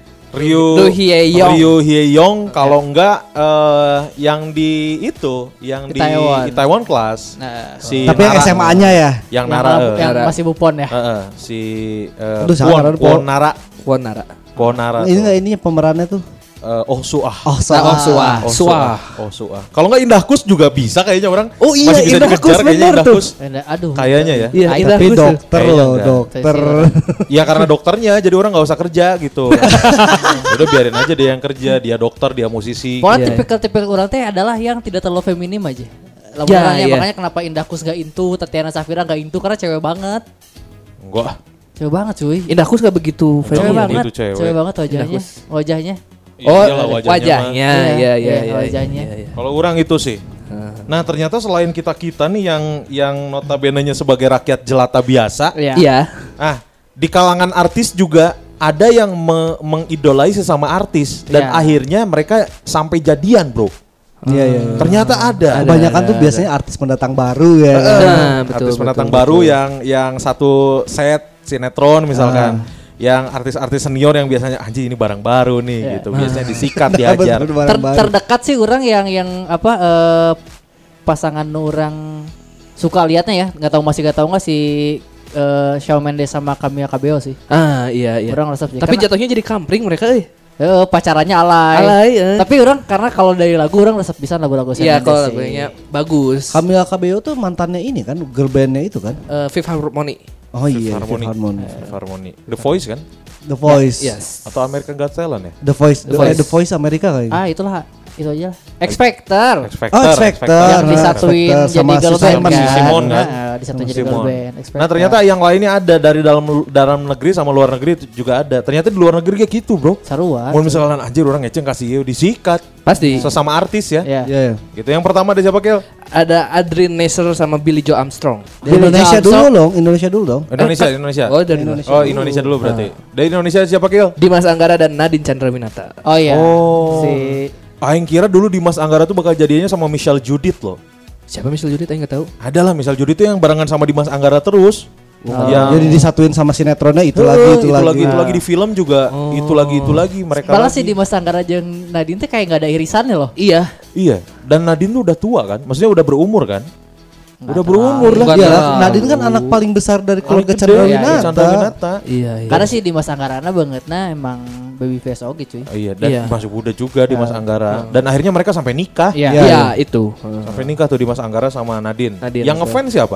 Ryu Ryu Hye-yong. Ryu Hye-yong kalau enggak eh, yang di itu, yang Di di Taiwan. Taiwan Class. Nah, Si Tapi yang Nara- S M A-nya ya. yang yang, Nara, malah- eh. yang Nara. masih bupon ya. Heeh, si eh, Aduh, salah, Kwon, Nara, Kwon Po. Nara, Wonara. Kwon Nara. Ini tuh. enggak ininya pemerannya tuh. Eh, Oh Suah. Oh, Nah, salah. oh, Suah. Oh Suah. Oh Suah. Kalau enggak Indah Kus juga bisa kayaknya orang. Oh iya, Masih bisa Indah dikejar Kus, kayaknya bener Indah tuh. Kus. Eh, Aduh. Kayaknya ya. Iya, Aing Indah Tapi Kus. dokter Kayaknya loh, enggak. dokter. Ya karena dokternya jadi orang nggak usah kerja gitu. Udah biarin aja dia yang kerja, dia dokter, dia musisi. Pokoknya Iya. tipikal-tipikal orang teh adalah yang tidak terlalu feminim aja. Lamun Ya, orangnya, iya. makanya kenapa Indah Kus gak into, Tatiana Safira gak into karena cewek banget. Enggak. Cewek banget cuy. Indah Kus gak begitu Cewek Iya, banget. itu cewek. Cewek banget wajahnya. Indah Kus. Wajahnya. Oh, Iyalah wajahnya wajahnya. mah. Iya, iya, Iya, iya. wajahnya. iya, iya. Kalau orang itu sih. Nah ternyata selain kita-kita nih yang yang notabene-nya sebagai rakyat jelata biasa. Iya. Iya. Ah, di kalangan artis juga ada yang me- mengidolai sesama artis. Dan Iya. akhirnya mereka sampai jadian bro. Iya, iya. iya. Ternyata ada. Kebanyakan tuh biasanya artis pendatang baru ya. Eh, Nah, betul, artis pendatang betul, baru yang yang satu set sinetron misalkan. Yang artis-artis senior yang biasanya anjing ini barang baru nih Iya. gitu. Biasanya disikat Bener, diajar. barang Ter- baru. terdekat sih orang yang yang apa eh, pasangan orang suka liatnya ya, nggak tahu masih nggak tahu nggak si eh, Shawn Mendes sama Camila Cabello sih. Ah, iya, iya. Orang resep sih. Tapi Karena- jatuhnya jadi kampring mereka euy. Eh, pacarannya alay. Alay, eh. Tapi orang karena kalau dari lagu orang resep bisa lagu-lagu Shawn Iya, Mendes kalau sih. lagunya bagus. Camila Cabello tuh mantannya ini kan, girl bandnya itu kan. Eh, Fifth Harmony. Oh Fifth iya, Harmony. Fifth Harmony. Fifth Harmony. The Voice kan? The Voice. Yes. Atau American Got Talent ya? The Voice. The, The Voice. eh, The Voice Amerika kayaknya. Ah, itulah itu aja. X Factor. X Factor. Oh, X Factor. Yang Nah, disatuin X Factor jadi sama girl si band Simon. kan. Si Simon kan? Nah, disatuin Sama jadi girl Simon. band. X Nah Factor. ternyata yang lainnya ada dari dalam dalam negeri sama luar negeri itu juga ada. Ternyata di luar negeri kayak gitu bro. Sarua. Mau misalkan anjir orang ngeceng kasih yeu disikat. Pasti. Sesama artis ya. Ya. Iya, iya. Gitu yang pertama ada siapa Kel? Ada Adrian Nasser sama Billy Joe Armstrong. Di Indonesia Armstrong. dulu dong, Indonesia dulu dong. Indonesia, Indonesia. Oh, dari Indonesia. Oh Indonesia dulu berarti. Dari Indonesia siapa Kel? Dimas Anggara dan Nadine Chandrawinata. Oh iya. Oh. Si Aing kira dulu Dimas Anggara tuh bakal jadinya sama Michelle Judith loh. Siapa Michelle Judith? Saya nggak tahu. Ada lah Michelle Judith tuh yang barengan sama Dimas Anggara terus. Yang Jadi disatuin sama sinetronnya itu Eh, lagi, itu, itu lagi. lagi, itu lagi di film juga. Itu lagi, itu lagi mereka. Malah lagi. sih Dimas Anggara jeung Nadine teh kayak nggak ada irisannya loh. Iya. Iya, dan Nadine tuh udah tua kan? Maksudnya udah berumur kan? udah berumur lah. Bukan Iya, tahu. Nadine kan anak paling besar dari keluarga Paling gede, Chandrawinata. Chandrawinata. Iya, iya. Karena sih Dimas Anggarana bangetna emang baby face oke cuy. Oh, iya, dan Iya. masih muda juga di Mas Anggara. Dan akhirnya mereka sampai nikah. Iya. Iya. Iya, itu. Sampai nikah tuh di Mas Anggara sama Nadine. Nadine, Yang betul. ngefans siapa?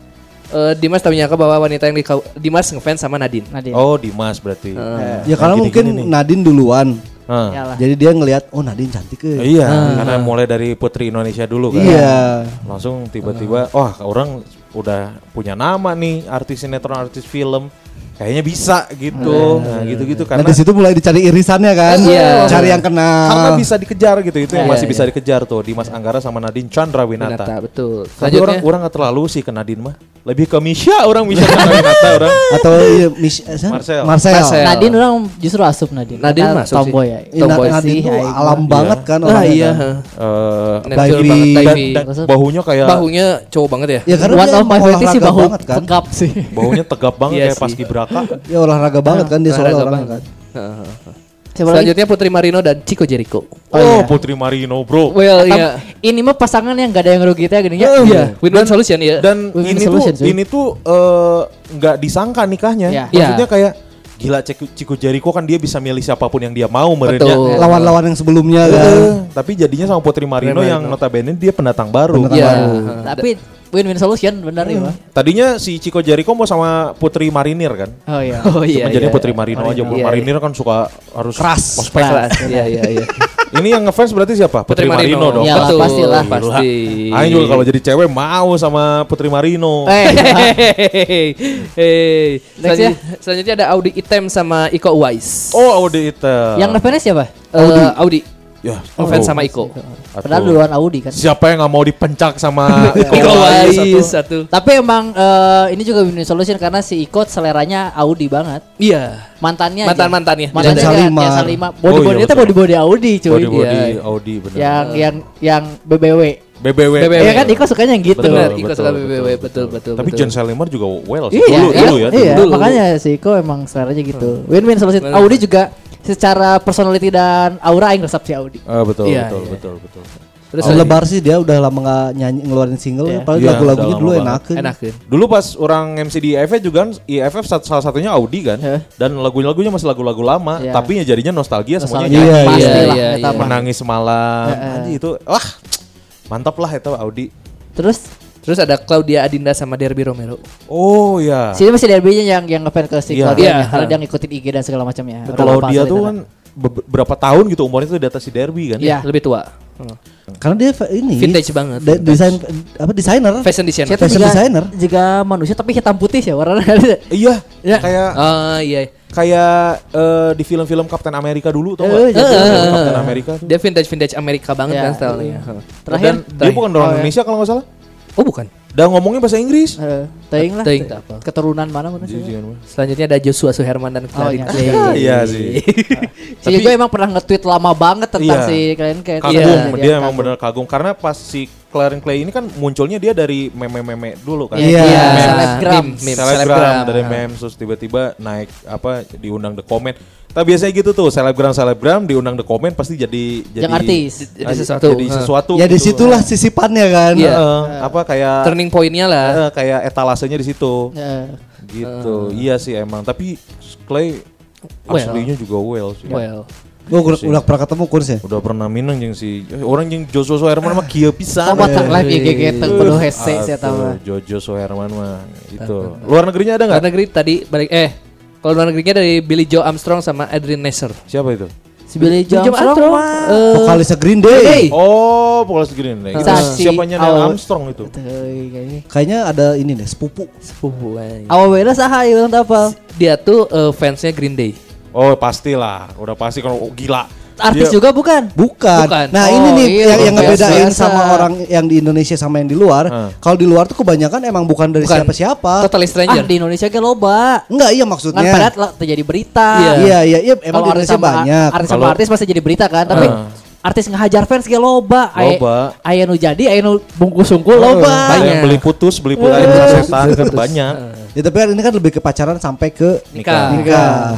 Eh, Dimas tahu nyangka bahwa wanita yang di Dimas ngefans sama Nadine. Nadine. Oh, Dimas berarti. Ya karena Nah, mungkin gini-gini nih. Nadine duluan. Hah. Iyalah. Jadi dia ngelihat oh Nadine cantik ke. Iya, karena mulai dari Putri Indonesia dulu kan. Iya. Langsung tiba-tiba, wah orang udah punya nama nih, artis sinetron, artis film. Kayaknya bisa gitu. Nah, gitu-gitu Nah karena di situ mulai dicari irisannya kan. Iya. Cari yang kenal. karena bisa dikejar gitu. Itu yang Iya, masih iya. bisa dikejar tuh Dimas Anggara sama Nadine Chandrawinata. Winata, betul. Tapi orang orang nggak terlalu sih ke Nadine mah. Lebih ke Misha orang Misha Chandrawinata orang. Atau iya, Miss, eh, siapa? Marcel. Marcel. Marcel. Nadine orang justru asup Nadine. Nadine Karena masuk tomboy sih. ya. Iya, Tomboy Nadine sih, tuh aing alam mah. banget kan Nah, orangnya iya. kan. Eh, Natural Diving. banget, dan, diving. dan bahunya kayak Bahunya cowok banget ya. Ya karena One dia of my emang favorite sih olahraga bahu banget kan. tegap sih. bahunya tegap banget Iya kayak sih. paskibraka. Ya olahraga banget kan dia soalnya Olahraga orangnya kan. banget. Heeh. Siapa lagi? Selanjutnya Putri Marino dan Chico Jericho. Oh, iya. Putri Marino, bro. Well, Tam- iya. Ini mah pasangan yang gak ada yang rugi teh gini ya. Iya, win-win solution ya. Dan Win-win ini solution, tuh cuy. ini tuh eh, nggak disangka nikahnya. Iya. Maksudnya Iya. kayak gila Cik- Chico Jericho kan dia bisa milih siapapun yang dia mau merenya. Betul. Lawan-lawan yang sebelumnya Eh, kan. tapi jadinya sama Putri Marino Marino. yang notabene dia pendatang baru. Pendatang Iya. baru. Tapi win-win solution benar ya, Pak. Tadinya si Chico Jericho mau sama Putri Marinir kan. Oh iya. Oh iya. Cuma jadi iya. Putri Marino aja. Iya, Marinir kan suka harus Keras. ospek. Keras. Iya iya iya. Ini yang ngefans berarti siapa? Putri, Putri, Marino, dong. Iyalah, Betul, pastilah. Pasti. Aing juga kalau jadi cewek mau sama Putri Marino. Eh, Hehehe. Hey. Next Selanjutnya, selanjutnya ada Audi Item sama Iko Uwais. Oh, Audi itu. yang ngefansnya siapa? Eh, Audi. Ya, Ngefans oh. sama Iko. Padahal Atuh. duluan Audi kan. Siapa yang nggak mau dipencak sama Iko Iko Uwais Uwais satu? satu. Tapi emang eh, ini juga win-win solution karena si Iko seleranya Audi banget. Iya. Mantannya Mantan aja. mantannya. Mantannya Jan Jan Salimar. Salimar. Oh, Body iya, body itu betul. body body Audi cuy. Body body Iya. Audi bener. Yang yang yang B B W. B B W. B B W. Iya kan Iko sukanya yang gitu. Betul, Benar, Iko betul, suka B B W, betul, betul betul. Tapi betul. John Salimar juga well sih. Iya, dulu, iya, dulu ya. iya, dulu. makanya si Iko emang seleranya gitu. Win-win solution. Bener. Audi juga secara personality dan aura aing resep si Audi. Ah, betul, Iya, betul, iya. betul, betul. Terus Oh, lebar sih dia udah lama nggak nyanyi ngeluarin single, Iya. apalagi Iya, lagu-lagunya udah dulu lama enakeun. enakin. Dulu pas orang M C di I F F juga kan, I F F sat- salah satunya Audi kan. Heeh. Dan lagu-lagunya masih lagu-lagu lama, Iya. tapi ya jadinya nostalgia semuanya Nostalgia. nyanyi. Iya, Pasti iya, lah, iya, eta iya. mah. Menangis semalam. Heeh. Anjir itu wah mantap lah itu Audi. Terus Terus ada Claudia Adinda sama Derby Romero. Oh ya. sini masih derbynya yang yang ngefans ke si Iya. Claudia Iya. karena dia ngikutin I G dan segala macamnya. Udah Kalau lupa dia asli tuh karena. kan be- berapa tahun gitu umurnya tuh di atas si Derby kan. Iya. Lebih tua. Hmm. Karena dia fa- ini Vintage banget. de- desain apa desainer. Fashion designer. Siapa Fashion juga, designer. juga manusia tapi hitam putih ya warnanya. Iya. Ya. Kayak Oh iya. kayak eh, di film-film Captain America dulu tau Eh, nggak? jadi- Film Captain America tuh. Dia vintage vintage Amerika banget Ya, kan stylenya. iya. Heeh. Terakhir Dan dia bukan orang Oh, ya. Indonesia kalau nggak salah. Oh bukan. Dan ngomongnya bahasa Inggris. Eh, Teing lah. Teing, te- tak apa. Keturunan mana mana sih? Selanjutnya ada Joshua Suherman dan Oh, Clarin iya. Clay. Iya sih. Si juga emang pernah nge-tweet lama banget Iya. tentang si Clarin kayak Kagum, Iya. dia emang bener kagum karena pas si Clarence Clay ini kan munculnya dia dari meme-meme dulu kan. Iya, Iya. selebgram. Meme, meme, Selebgram dari Nah. meme terus tiba-tiba naik apa diundang The Comment. Tapi biasanya gitu tuh selebgram selebgram diundang The Comment pasti jadi jadi Yang artis. Jadi sesuatu. Jadi Heeh. sesuatu. Ya gitu. disitulah sisipannya kan. Iya. Heeh, apa kayak Turning pointnya lah. eh, kayak etalasenya di situ. Eh, Gitu. Iya sih emang, tapi Clay Well. aslinya juga well sih. Well. Gue udah pernah ketemu kurs ya. Udah pernah minang jeung si eh, orang jeung Joshua Suherman mah kieu pisan. Sama tak live I G gitu Uh, penuh hese saya tahu. atuh, Jojo Suherman mah itu. Luar negerinya ada Luar nggak? negeri tadi balik eh kalau luar negerinya dari Billy Joe Armstrong sama Adrian Nasser. Siapa itu? Si Billy Joe Joe Armstrong Armstrong. mah. Eh, Vokalisnya Green Day. Hey. Oh, Polos Green Day. Itu Saksi siapanya Neil awal- Armstrong itu. Teuing, kayaknya. Kayaknya ada ini deh sepupu. Sepupu. eh. Awal beda saha ieu urang teu apal. Dia tuh eh, fansnya Green Day. Oh, pastilah. Udah pasti kalau oh, gila. Artis Dia- juga bukan? Bukan. Bukan. Nah Oh, ini nih iya, yang, yang luar ngebedain biasa. sama orang yang di Indonesia sama yang di luar. Hah. Kalau di luar tuh kebanyakan emang bukan dari Bukan. siapa-siapa. Totally Ah Stranger. di Indonesia ge loba. Enggak iya Kan maksudnya. padahal lah terjadi berita. Iya. Iya iya iya emang Kalau di artis Indonesia sama banyak. artis sama Kalau- artis pasti jadi berita kan, tapi Ah. artis ngehajar fans ge loba. Aya- Loba. Aya nu jadi, aya nu bungkus sungkul loba. Ada yang Banyak. beli putus, beli putus, ada setan kan banyak. Ya tapi kan ini kan lebih ke pacaran sampai ke Nikah. nikah.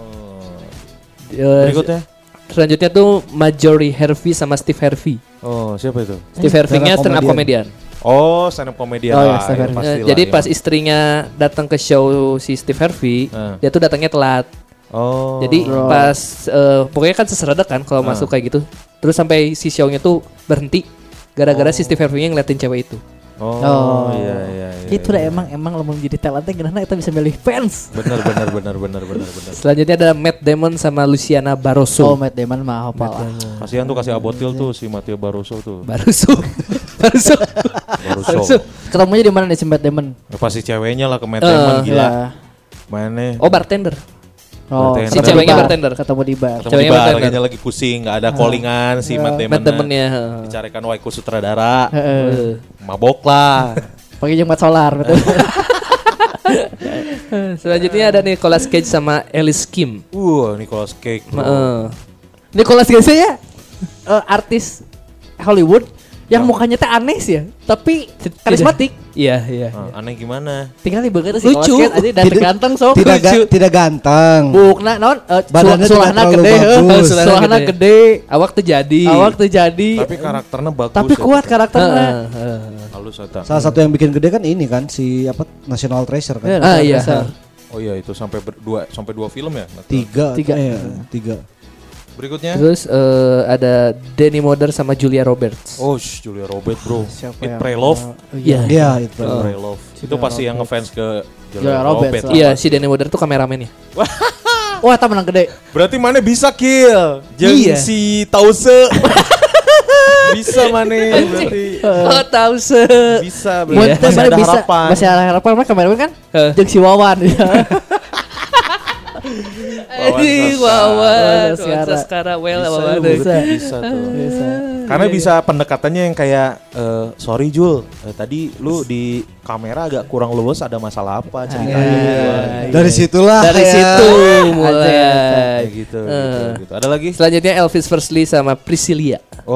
Eh, Berikutnya. Selanjutnya tuh Marjorie Harvey sama Steve Harvey. Oh, siapa itu? Steve Harvey-nya stand up komedian. comedian. Oh, stand up comedian. Oh, iya, lah, stand up ya, comedian. pastilah, Eh, jadi ya. pas istrinya datang ke show si Steve Harvey, Ah. dia tuh datangnya telat. Oh. Jadi Bro. pas eh, pokoknya kan seseredek kan kalau Ah. masuk kayak gitu. Terus sampai si show-nya tuh berhenti gara-gara si Steve Harvey-nya ngeliatin cewek itu. Oh, Oh. iya iya iya. Itu udah emang emang lamun jadi talentnya gimana kita bisa milih fans. benar benar benar benar benar benar. Selanjutnya ada Matt Damon sama Luciana Barroso. Oh, Matt Damon mah hafal lah. Kasihan tuh kasih abotil tuh si Matteo Barroso tuh. Barroso. Barroso. Barroso. Ketemunya di mana nih si Matt Damon? Ya, pasti ceweknya lah ke Matt Eh, Damon gila. Ya. Mainnya. Oh bartender. Oh, Bartender. Si ketemu ceweknya di bar. bartender. Ketemu di bar. Ketemu di ceweknya bar, bartender. kayaknya lagi pusing, nggak ada callingan si Matt Damon. Matt Damon-nya. Dicarikan waiku sutradara. Heeh. Mabok lah. Pakai jenggot solar betul. Selanjutnya ada Nicolas Cage sama Alice Kim. Uh, Nicolas Cage. bro. Heeh. Nicolas Cage ya eh, artis Hollywood yang mukanya teh aneh sih ya, tapi karismatik. Iya, iya. Ah, aneh gimana? Tinggal di begitu sih Lucu. Nicolas Cage aja dan Tidak- ganteng sok. Tidak ga- Lucu. tidak ganteng. Bukna naon eh, Badannya sul- sulahna tidak terlalu gede, heuh. bagus. sulahna gede. Awak tuh jadi. Awak tuh jadi. Tapi karakternya bagus. Tapi ya. kuat karakternya. Heeh, heeh. Halus eta. Salah satu yang bikin gede kan ini kan si apa National Treasure kan. Iya, Ah iya. National Treasure. Oh iya itu sampai ber- dua sampai dua film ya. Tiga, Tiga. eh, tiga. Berikutnya. Terus eh, ada Danny Moder sama Julia Roberts. Oh, shh, Julia Robert bro. Siapa It yang- Pray Love. Oh, iya. Iya itu. It Pray Love. Itu pasti yang ngefans ke Julia, Julia Robert. Roberts lah. Iya, si Danny Moder tuh kameramennya. Wah, tak menang gede. Berarti mana bisa kill? Jeung Iya. si Tause. Bisa mana berarti. Oh, tahu se. Bisa Mun berarti teh masih mana ada bisa harapan. masih ada harapan mah kameramen kan? Heeh. Jeung si Wawan ya. Anjing, Saskara. Wawan. Wawan Wawan Saskara. Saskara, well, Bisa, Wawan. berarti bisa tuh. Bisa. Karena bisa pendekatannya yang kayak eh, sorry Jul, eh, tadi lu di kamera agak kurang luwes, ada masalah apa ceritanya? Iya. Dari situlah Dari ya. situ Aja. mulai. Kayak gitu, gitu, Eh. gitu. Ada lagi? Selanjutnya Elvis Presley sama Priscilla.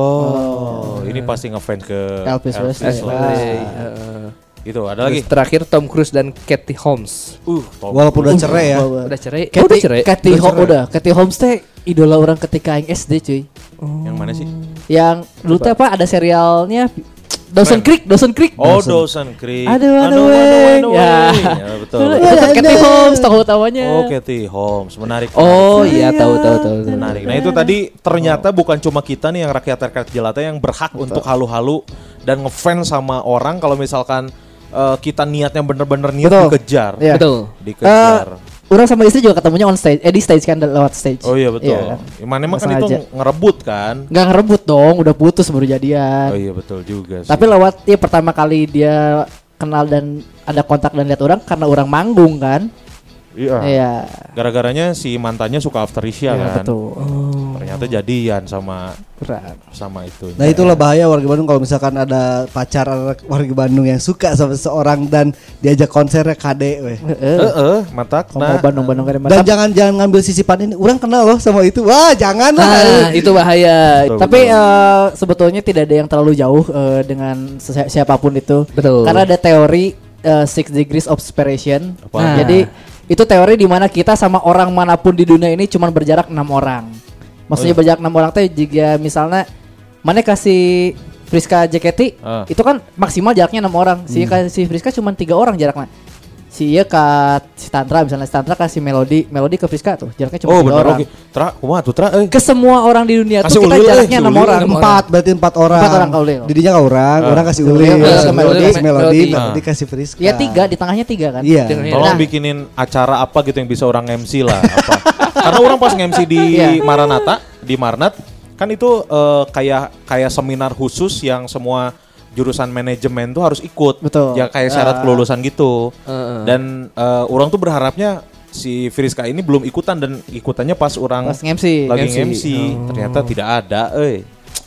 Oh, ini pasti ngefans ke Elvis Presley. lah. Ah. Heeh. Itu ada Terus lagi. terakhir Tom Cruise dan Katie Holmes. Uh, Tom Walaupun udah cerai ya. Wawan. Udah cerai? Oh, Katie, udah cerai? Katie Udah Ho- cerai. udah. Katie Holmes teh idola orang ketika aing S D cuy. Yang mana sih? Yang dulu teh apa ada serialnya Dawson Friend. Creek, Dawson Creek. Oh, Dawson Creek. Aduh, aduh, aduh, weng. aduh, Ya. weng. Ya, betul. Itu betul. kan Katie Holmes tahu tawanya. Oh, Katie Holmes, menarik. Oh menarik. iya, tahu tahu tahu. tahu. Menarik. Nah itu tadi ternyata bukan cuma kita nih yang rakyat-rakyat jelata yang berhak untuk halu-halu dan ngefans sama orang kalau misalkan eh, kita niatnya bener-bener niat Betul. dikejar. Iya. Betul. Dikejar. Eh, orang sama istri juga ketemunya on stage, eh di stage kan lewat stage. oh iya betul. kan? Gimana emang kan Nggak itu sengaja. ngerebut kan? Nggak ngerebut dong, udah putus baru jadian. Oh iya betul juga sih. Tapi lewat ya pertama kali dia kenal dan ada kontak dan lihat orang karena orang manggung kan. iya. Iya. Gara-garanya si mantannya suka Afterisha Iya, kan. betul. Ternyata jadian sama Berat. sama itu. Nah itulah bahaya warga Bandung kalau misalkan ada pacar anak warga Bandung yang suka sama seseorang dan diajak konsernya K D weh. Heeh. Heeh, matak. Ngomong Nah, Bandung-Bandung kan Dan jangan jangan ngambil sisipan ini. Orang kenal loh sama itu. Wah, jangan Nah, lah. itu bahaya. Betul, Tapi betul. eh, sebetulnya tidak ada yang terlalu jauh eh, dengan si- siapapun itu. Betul. Karena ada teori eh, six degrees of separation. Apa? Nah, jadi itu teori di mana kita sama orang manapun di dunia ini cuma berjarak enam orang. Maksudnya Oh, iya. berjarak enam orang teh jika misalnya mana kasih Friska J K T Ah. itu kan maksimal jaraknya enam orang. Si kasih Friska cuma tiga orang jaraknya. Si Iya ke si Tantra misalnya si Tantra kasih Melody, Melody ke Friska tuh jaraknya cuma oh tiga bener orang. oke. Tra, kumaha tuh Tra euy. Ke semua orang di dunia Kasih tuh kita ulil, eh, jaraknya si enam ulil orang. enam Empat berarti empat orang. Empat orang kalau Lil. Didinya ke orang, Ah. orang kasih Ulil, Ulil, Ulil, kasih Melody, Melody, kasih Melody, Melody. Melody Ah. kasih Friska. Ya tiga di tengahnya tiga kan. Iya. Tengahnya. Tolong Nah. bikinin acara apa gitu yang bisa orang M C lah apa. Karena orang pas nge-M C di Iya. Maranatha, di Marnat kan itu eh, kayak kayak seminar khusus yang semua jurusan manajemen tuh harus ikut. Betul. Ya kayak syarat Ah. kelulusan gitu. Heeh. Dan eh, orang tuh berharapnya si Friska ini belum ikutan dan ikutannya pas orang Pas nge-M C. lagi nge-M C. nge-M C. Ternyata tidak ada, euy.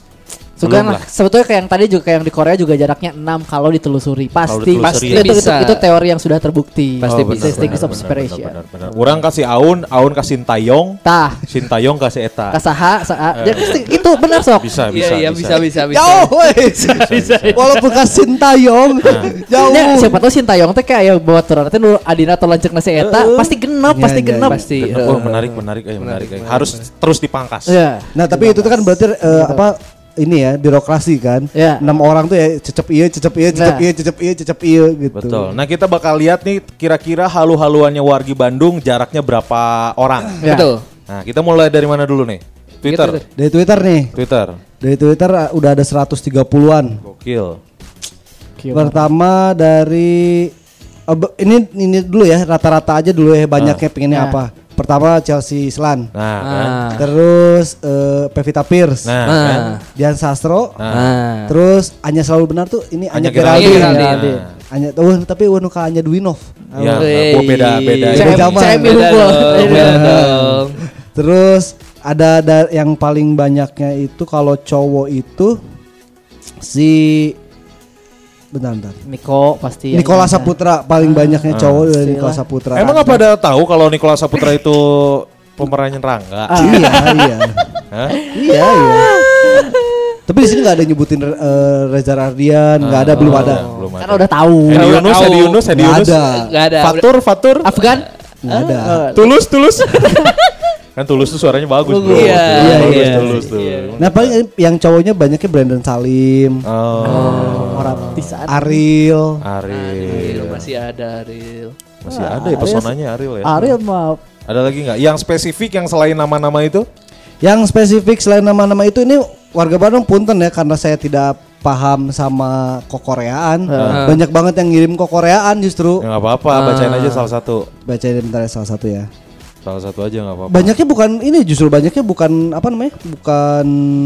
Sugan Belum lah. lah. Sebetulnya kayak yang tadi juga kayak yang di Korea juga jaraknya enam kalau ditelusuri. Pasti ditelusuri pasti ya. itu, itu, Bisa. itu teori yang sudah terbukti. Pasti Oh, bisa. Six degrees of separation. benar, benar. Orang kasih Aun, Aun kasih Sintayong, Tah, Sintayong kasih Eta. kasaha, sa jadi itu benar sok. Bisa, Iya bisa, iya bisa bisa bisa. Jauh, weh. bisa. Walaupun kasih Tayong, jauh. Ya, siapa tahu Sintayong teh kayak aya bawa turun teh nu Adina atau lanceuk nasi eta pasti genep, Iya, pasti iya, genep. Pasti. Oh, menarik, menarik, eh, menarik, eh. Harus terus dipangkas. Iya. Nah tapi itu tuh kan berarti eh, apa ini ya birokrasi kan. Iya. Enam orang tuh ya cecep iya, cecep iya, cecep Nah. iya, cecep iya, cecep iya gitu. Betul. Nah kita bakal lihat nih kira-kira halu-haluannya wargi Bandung jaraknya berapa orang. Ya. Betul. Nah kita mulai dari mana dulu nih? Twitter. Twitter. Dari Twitter nih. Twitter. Dari Twitter uh, udah ada seratus tiga puluhan. Gokil. Pertama dari oh, be- ini ini dulu ya rata-rata aja dulu ya banyaknya pengennya Nah. apa. Pertama Chelsea Islan. Nah, kan? Ah. Terus eh, Pevita Pierce. Nah, Ah. kan? Dian Sastro. Nah. Ah. Terus Anya selalu benar tuh ini Anya, Anya Geraldine. Geraldine. Geraldine. Nah. Anya oh, tapi wah nuka Anya Dwinov. Ya, Wey. gua beda beda. Beda C M zaman. C M Beda unggul. dong, beda dong. Terus ada, ada yang paling banyaknya itu kalau cowok itu si bentar bentar. Niko pasti. yang Nikola ini. Saputra paling banyaknya cowok dari Sila. Nikola Saputra. Emang apa ada tahu kalau Nikola Saputra itu pemerannya Rangga? Ah. Iya iya. Hah? Iya iya. Tapi di sini nggak ada nyebutin eh, Reza Rardian, nggak ada, Oh, belum ada. Belum Kan ada. udah tahu. Edi Udah Yunus, tahu. Edi Yunus, Edi Nggak Yunus. ada. Enggak ada. Fatur, Fatur. Afgan? Nggak ada. Eh, Tulus, tulus. Kan tulus tuh suaranya bagus, bro. Iya, iya, Tulus, iya. tulus tuh. Nah paling yang cowoknya banyaknya Brandon Salim, Oh, orang pisan. Ariel, Ariel, Ariel. masih ada Ariel. Masih Ah, ada ya Ariel- pesonanya Ariel ya. Ariel mah Ada lagi nggak? Yang spesifik yang selain nama-nama itu? Yang spesifik selain nama-nama itu ini warga Bandung punten ya karena saya tidak paham sama kokoreaan. Uh. Banyak banget yang ngirim kokoreaan justru. Ya nggak apa-apa, bacain aja salah satu. Bacain bentar ya salah satu ya. Salah satu aja nggak apa-apa. Banyaknya bukan ini justru banyaknya bukan apa namanya? Bukan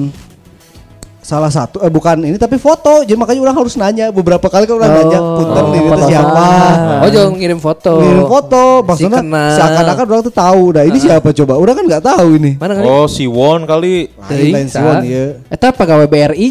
salah satu eh bukan ini tapi foto. Jadi makanya orang harus nanya beberapa kali kan orang Oh. nanya punten Oh, ini foto. tuh siapa. Oh jangan ngirim foto. Ngirim foto maksudnya kenal. seakan-akan orang tuh tahu. Nah, ini siapa coba? Orang kan nggak tahu ini. Mana kali? Oh, si Won kali. Nah, ini lain Sa. siwon ya. eta pegawai B R I.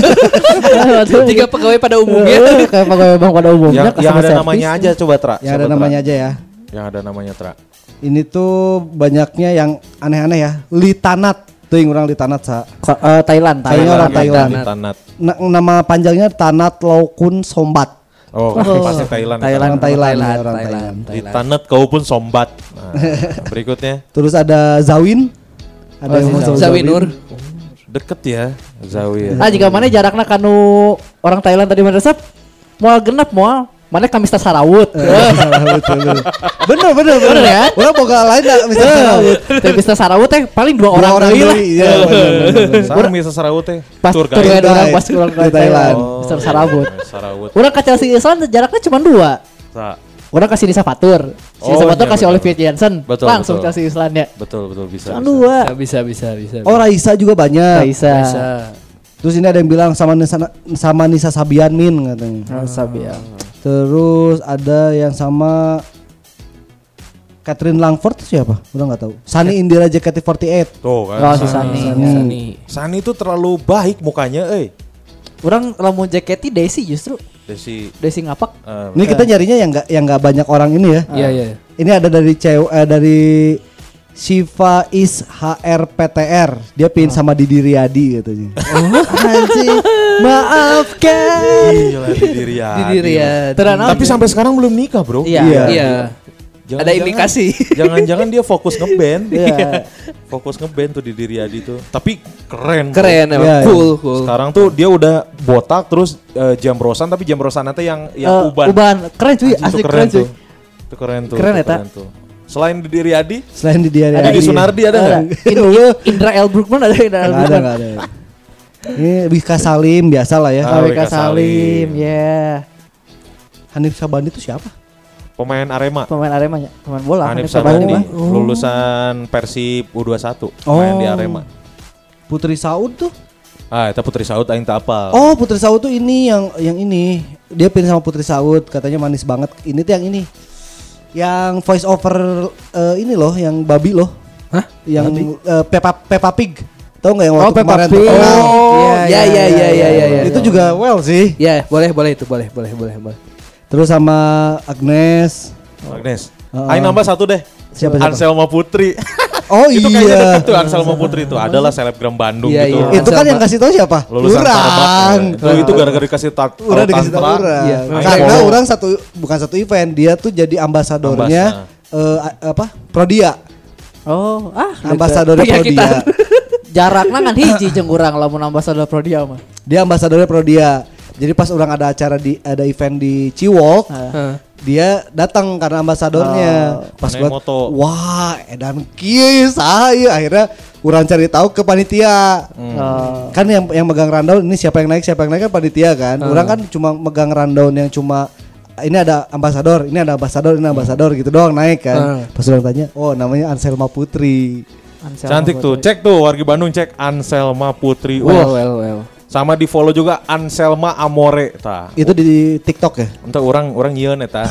Tiga pegawai pada umumnya. Iya, kayak pegawai bank pada umumnya. Yang, yang customer ada service. namanya aja coba Tra. Yang ada Coba, Tra. namanya aja ya. Yang ada namanya Tra. Ini tuh banyaknya yang aneh-aneh ya. Litanat tuh yang orang Litanat sa. Ko- eh, Thailand, Kayaknya orang Thailand. Di Tanat. Na- nama panjangnya Tanat Laukun Sombat. Oh, Oh. pasti Thailand. Thailand. Orang Thailand, ya, Thailand, orang Thailand, Thailand. Di Tanat kau pun sombat. Nah, berikutnya Terus ada Zawin. Ada Oh, yang si mau Zawin. Zawi Nur. deket ya, Zawi. Ya. Ah jika mana jarakna kanu orang Thailand tadi mana resep moal genep moal mana kamista sarawut. Betul, betul. Bener bener bener Bener ya? Orang boga lain dah misalnya Sarawut. Kamista sarawut teh paling dua Dua orang orang deui lah. deui, iya, bener, bener, bener. Sekarang bisa Sarawut teh. Pas Tour tur guide. guide orang guide. pas orang Di Thailand. Thailand. Mister Sarawut. iya, Sarawut. Orang ke Chelsea Island jaraknya cuma dua. Sa. Orang kasih Nisa Fatur. Si Nisa Oh, Fatur iya, kasih betul. Olivier Jensen. Betul, Langsung betul. Chelsea Island ya. Betul betul bisa. Cuma bisa. dua. Bisa bisa bisa. Oh Raisa juga banyak. Raisa. Bisa. Terus ini ada yang bilang sama Nisa sama Nisa Sabian Min katanya. Oh, Sabia. Terus ada yang sama Catherine Langford itu siapa? Udah nggak tahu. Sunny Indira J K T empat delapan. Tuh kan. Oh, si Sani. Sani. Sani itu terlalu baik mukanya, eh. Orang lamun J K T Desi justru. Desi. Desi ngapak. eh, Ini kita nyarinya yang nggak yang nggak banyak orang ini ya. Iya iya. Ini ada dari cewek eh, dari Shiva Is H R P T R. Dia pin sama Didi Riyadi katanya. Anjing. Maafkan. Gila Didi Riyadi. Didi Riyadi. Terang Tapi sampai sekarang belum nikah, Bro. Iya. Iya. Iya. Jangan- Ada jangan- indikasi. Jangan-jangan dia fokus ngeband. Iya. Fokus ngeband tuh Didi Riyadi tuh. Tapi keren. Bro. Keren emang. Iya, iya. Cool cool. Sekarang tuh dia udah botak terus eh, jambrosan tapi jambrosan nanti yang yang Eh, uban. Uban. Keren cuy, Anjing, asli tuh keren cuy. tuh. Itu keren tuh. Keren itu ya, Ta? tuh. Selain Didi Riyadi, Selain Didi Riyadi. Didi Sunardi ada Ada. nggak? In- Indra L. Brookman ada Indra L. Nggak ada Brookman. nggak ada. Ini Wika Salim biasa lah ya. Ah, K W K Wika Salim, Salim. ya. Hanif Sabandi itu siapa? Pemain Arema. Pemain Arema nya, pemain bola. Hanif Hanif Sabandi Sabandi, mah. lulusan Persib U dua puluh satu, main Oh. di Arema. Putri Saud tuh. Ah, itu Putri Saud aing tak apal. Oh, Putri Saud tuh ini yang yang ini. Dia pin sama Putri Saud, katanya manis banget. Ini tuh yang ini. Yang voice over eh, ini loh, yang babi loh. Hah? Yang eh, Peppa Peppa Pig. Tahu nggak yang Oh, waktu Peppa kemarin Pig. terkenal? Oh, iya iya iya iya iya. Itu juga well sih. Ya, boleh boleh itu boleh boleh boleh boleh. Terus sama Agnes. Agnes. Oh. Aing nambah satu deh. Siapa, siapa? Anselma Putri. Oh Itu kayaknya iya. deket tuh Anselma Putri itu adalah selebgram Bandung Iya, gitu. iya. Itu kan Anselma. yang kasih tahu siapa? Lulusan Urang. Sarbat. Itu itu gara-gara dikasih tat. Udah dikasih tahu tantra. orang. Iya. Aing Karena follow. orang satu bukan satu event, dia tuh jadi ambasadornya eh, a- apa? Prodia. Oh, ah. Ambasadornya Prodia. Penyakitan. Jarakna kan hiji jeung urang lamun ambasador Prodia mah. Dia ambasadornya Prodia. Jadi pas orang ada acara di ada event di Ciwok, Ah. dia datang karena ambasadornya. Oh. Pas Mana buat, moto. wah, edan kieu saya akhirnya orang cari tahu ke panitia. Oh. Kan yang yang megang rundown ini siapa yang naik siapa yang naik kan panitia kan. Orang kan cuma megang rundown yang cuma ini ada ambasador, ini ada ambasador, ini ambasador gitu doang naik kan. Pas orang tanya, oh namanya Anselma Putri. Anselma Cantik tuh. Putri. Cek tuh wargi Bandung cek Anselma Putri. Well Wah. well well. Sama di follow juga Anselma Amore tah. Itu di TikTok ya? Untuk orang orang nyeun eta.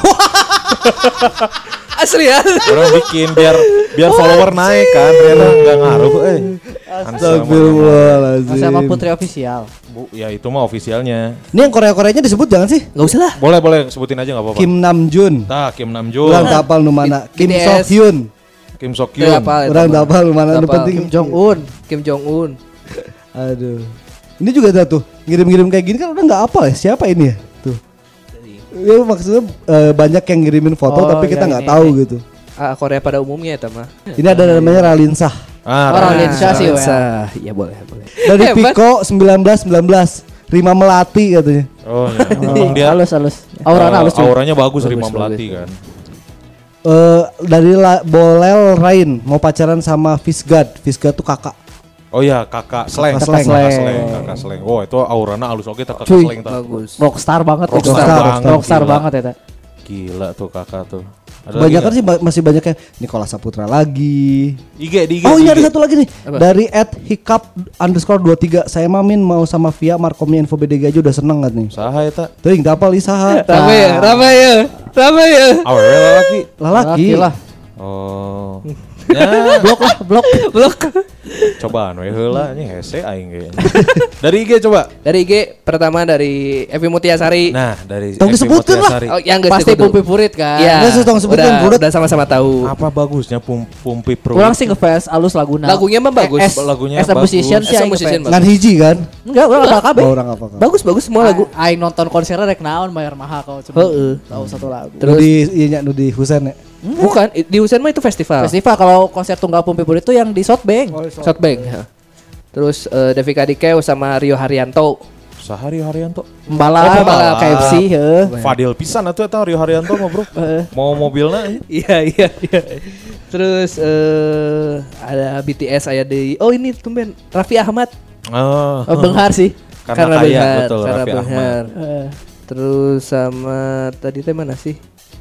Asli ya. Orang bikin biar biar follower naik kan. Ternyata enggak ngaruh eh. Astagfirullahaladzim. Anselma Putri official. Bu, ya itu mah ofisialnya. Ini yang Korea-Koreanya disebut jangan sih? Enggak usah lah. Boleh boleh sebutin aja enggak apa-apa. Kim Namjoon. Tah Kim Namjoon. Orang tapal nu mana? Kim B T S. Sok Hyun. Kim Sok Itu Hyun. apa? Orang tapal nu mana? Nu Tapal. penting Kim Jong Un. Kim Jong Un. Aduh. Ini juga ada tuh ngirim-ngirim kayak gini kan udah nggak apa ya siapa ini ya tuh. Ya maksudnya eh, banyak yang ngirimin Oh, foto tapi kita iya, nggak ini, tahu ini. gitu. Ah, Korea pada umumnya ya mah. Ini ada namanya Ralinsah Ah, Orang Rani. Indonesia sih, Sah. Iya boleh boleh. dari Hebat. Piko sembilan belas sembilan belas Rima Melati katanya. Oh, ya. Memang dia halus halus. Auranya eh, halus juga. auranya bagus Bagus, Rima bagus. Melati kan. Eh, dari La- Bolel Rain mau pacaran sama Fisgad. Fisgad tuh kakak. Oh iya, kakak slang. Kakak Kakak slang. slang. Kakak slang. Oh, itu aurana alus oke tak kakak Cuy, slang tak. Bagus. Rockstar banget tuh. Rockstar Rockstar, banget, Rockstar gila. banget ya. Ta. Gila tuh kakak tuh. Ada Banyak lagi kan sih ba- masih banyak yang Nicola Saputra lagi. nggak? I G di I G. Oh di ini I G. ada satu lagi nih. Apa? Dari at hiccup underscore dua tiga. Saya mamin mau sama Via Markomnya Info B D G aja udah seneng kan nih. Saha eta? Teuing tapal isaha. Rame ya, rame ya, rame ya. Awewe lagi. Lalaki. lah. Oh. Ya, Blok lah, blok. Blok. cobaan we heula nya hese aing ge. Dari I G coba. Dari I G pertama dari Evi Mutiasari. Nah, dari Tong Evi disebutkeun lah. Mutiasari. Oh, yang geus Pasti dikudu. Pumpi Purit kan. Iya. Nggak, tong sebutkan, udah, Purit. udah sama-sama tahu. Apa bagusnya pum pumpi pro? Orang sih ngefans alus laguna. Lagunya mah bagus. Eh, as, Lagunya as a bagus. musician sih As a aing musician ngefans. Ngan hiji kan? Enggak, orang apal kabeh. Oh, orang apa kan? Bagus bagus semua lagu. A- Aing nonton konsernya rek naon bayar mahal kalau cuma Heeh. tahu satu lagu. Terus di iya nya nu di Husen ya. Bukan i- di Husen mah itu festival. Festival kalau konser tunggal Pumpi Purit itu yang di Southbank. Shotbank. Ya. Terus eh, Devika Dikeu sama Rio Haryanto. Sahari Haryanto. Pembalap, Oh, pembalap. K F C, heeh. Fadil pisan atuh eta Rio Haryanto mah, Bro. Heeh. Mau mobilna ieu. Iya iya iya. Terus eh ada B T S aya deui. Oh ini tumben Raffi Ahmad. Oh. Oh, Benghar sih. Karena kaya, Benghar, betul, karena Raffi Ahmad. Benghar. Heeh. Terus sama tadi teh mana sih?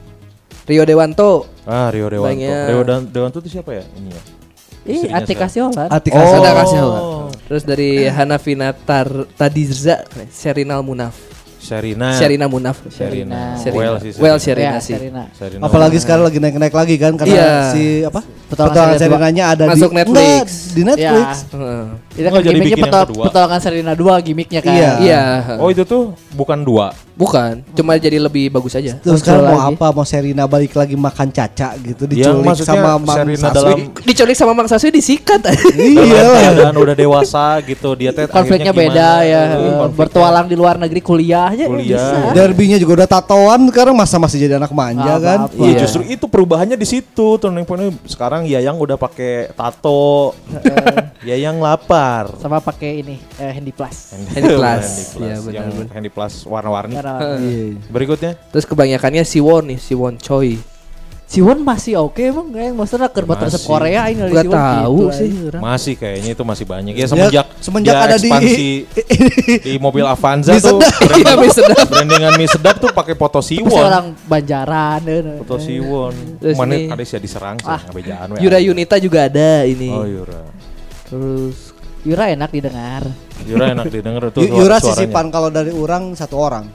Rio Dewanto. Ah, Rio Dewanto. Banyak. Rio Dan- Dewanto itu siapa ya? Ini ya. Ih, Istrinya Atika siapa? Siolan. Atika Oh. Sada. Ada kasih Terus dari Hanafina Tar Tadirza, Sherinal Munaf. Sherina. Sherina Munaf. Sherina. Sherina. Well sih. Well, Sherina. Sherina Ya, sih. Sherina. Sherina. Apalagi sekarang lagi naik-naik lagi kan karena Iya. si apa? Petualangan Petualangan Serina Serinanya ada Masuk di Netflix. Enggak, di Netflix. Heeh. Itu Nggak kan jadi gimmicknya bikin yang petol- kedua. petualangan Serina dua gimmicknya kan. Iya. Iya. Oh, itu tuh bukan dua. Bukan, cuma jadi lebih bagus aja. Terus sekarang Muncul mau lagi. apa? Mau Serina balik lagi makan caca gitu Yang diculik maksudnya sama Mang Sherina Saswi. dalam Diculik sama Mang Saswi disikat. Iya lah. dan udah dewasa gitu dia teh Konfliknya akhirnya beda gimana? ya. Eh, konfliknya. Bertualang di luar negeri kuliahnya Kuliah. bisa. Derbynya juga udah tatoan sekarang masa masih jadi anak manja Apa-apa. kan? Iya, Iya. justru itu perubahannya di situ. Turning pointnya sekarang Yayang udah pakai tato. Yayang lapar. Sama pakai ini eh, Handy Plus. Handy Plus. Handy Plus. Iya, benar, Yang benar. Handy Plus warna-warni. Karena Iya. Berikutnya Terus kebanyakannya Siwon nih, Siwon Choi. Siwon masih oke emang kayak maksudnya kerbat resep Masih. Korea ini dari Gak Siwon tahu gitu sih. aja. masih kayaknya itu masih banyak. Ya semenjak semenjak dia ada di- ekspansi di, mobil Avanza Mie tuh sedap. branding- Iya, mie sedap. brandingan mie sedap tuh pakai foto Pasti Siwon. orang Banjaran eh. Foto Siwon. Terus Mana ini- ada sih diserang sih Ah. ngabejaan we. Yura Yunita juga ada ini. Oh Yura. Terus Yura enak didengar. Yura enak didengar tuh. Y- Yura suaranya. sisipan kalau dari orang satu orang.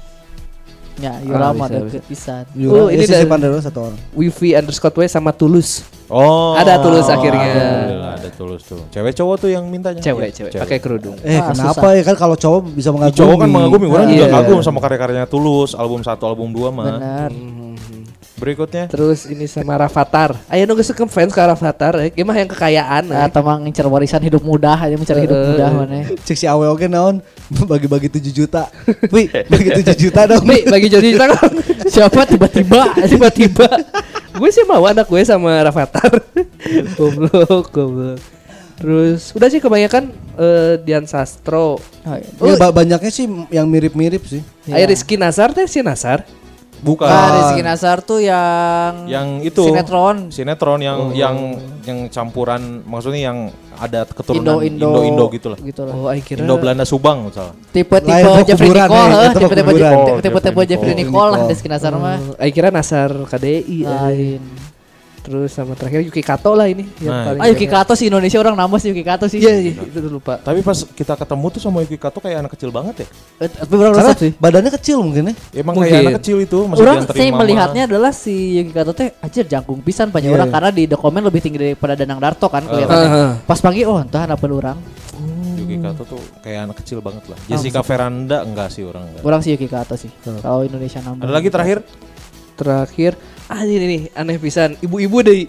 Ya, Yura Ah, mah bisa, deket pisan. Yura Oh, ini ini dari- sisipan dari orang satu orang. Wifi underscore W sama Tulus. Oh. Ada Tulus akhirnya. Alhamdulillah, ada Tulus tuh. Cewek cowok tuh yang mintanya. Cewek, Iya, cewek, pakai kerudung. Eh Ah, kenapa susah. ya kan kalau cowok bisa mengagumi. Cowok kan mengagumi, orang juga Iya. kagum sama karya-karyanya Tulus, album satu, album dua mah. Benar. Berikutnya Terus ini sama Rafathar. Ayo nunggu suka fans ke Rafathar. Eh, gimana yang kekayaan? Eh. Atau mang ngincer warisan hidup mudah aja mencari hidup Eh, mudah eh. mana. Cek si Awe oke naon bagi-bagi tujuh juta. Wih, bagi tujuh juta dong. Nih bagi jadi kita kan Siapa tiba-tiba tiba-tiba gue sih mau anak gue sama Rafathar. Goblok, goblok. Terus udah sih kebanyakan eh, Dian Sastro. Oh, iya. Iya, ba- banyaknya sih yang mirip-mirip sih. Iya. Ayo Rizky Nazar teh si Nazar. bukan Nah, Rizky Nasar tuh yang yang itu sinetron. sinetron yang Oh. yang yang campuran maksudnya yang ada keturunan Indo-Indo Indo-Indo gitu lah. gitu lah. Oh, I kira Indo Belanda Subang misalnya. Tipe-tipe Lain mah Jeffrey kuburan, Nicole, eh. heh. Itu mah tipe-tipe kuburan. Jeff- Oh, tipe-tipe Jeffrey Jeffrey Nicole. Nicole lah Nicole. Rizky Nasar mah. Oh, I kira Nasar K D I. eh. Lain. Terus sama terakhir Yuki Kato lah ini yang Nah, paling Ah Yuki Kato sih Indonesia orang nama sih Yuki Kato sih. Iya, iya, itu lupa. Tapi pas kita ketemu tuh sama Yuki Kato kayak anak kecil banget ya. Eh, Tapi orang Karena resep sih. badannya kecil mungkin ya. Emang Mungkin. kayak anak kecil itu masih Orang dianterin saya mama. melihatnya adalah si Yuki Kato teh anjir jangkung pisan banyak Iya. orang karena di dokumen lebih tinggi daripada Danang Darto kan kelihatannya. Heeh. Pas pagi oh entah apa orang. Yuki Kato tuh kayak anak kecil banget lah. Jessica Veranda enggak sih orang enggak. Orang si Yuki Kato sih. Kalau Indonesia nambah. Ada lagi terakhir? Terakhir, ah ini nih aneh pisan. Ibu-ibu deh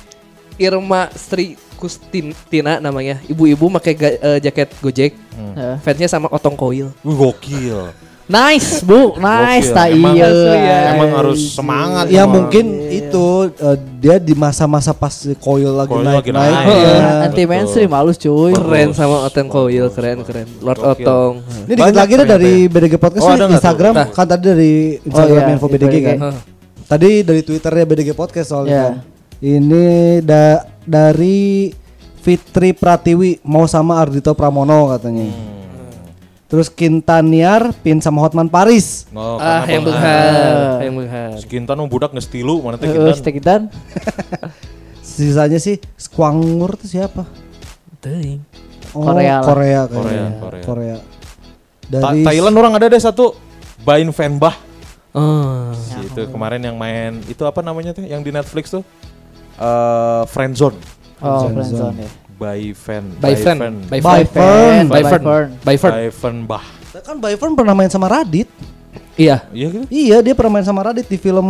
Irma Sri Kustina namanya. Ibu-ibu pakai ga- eh, jaket Gojek. Heeh. Fansnya sama Otong Koil. Wih gokil. Nice, Bu. Nice Gokil. ta Emang- iya. Emang harus semangat. Ya emang. mungkin itu eh, dia di masa-masa pas Koil lagi Koil naik lagi naik. naik. Iya, Iya, anti betul. mainstream halus cuy. Keren Bagus, sama Otong Koil, bagus, keren bagus. keren. Lord Gokil. Otong. Ini dikit Banyak lagi deh ternyata dari ya. B D G Podcast Oh, nih, ada nggak tuh? Instagram Nah. kan tadi dari Instagram iya, Info B D G kan. Hah. Tadi dari Twitternya B D G Podcast soalnya. Ya. Kan. Ini da- dari Fitri Pratiwi mau sama Ardito Pramono katanya. Hmm. Terus Quintaniar pin sama Hotman Paris. Oh, Ah, karena yang Bang- benghar, yang benghar. Si Kintan mah budak geus tilu mana teh Heeh, Kintan. Stekitan. Sisanya sih Squangur tuh siapa? Teuing. Oh, Korea lah. Korea kayaknya. Korea, Korea. Korea. Ta- Dari Thailand orang ada deh satu Bain Van Bah. Oh. Itu kemarin yang main itu apa namanya tuh yang di Netflix tuh? Eh Friendzone. Oh, Friendzone. friendzone ya. By Van. By Fern. By By Fern. Fern. By Fern. Fern. By Fern. By Van Bah. Kan Byfern pernah main sama Radit. Iya. Iya gitu. Iya, dia pernah main sama Radit di film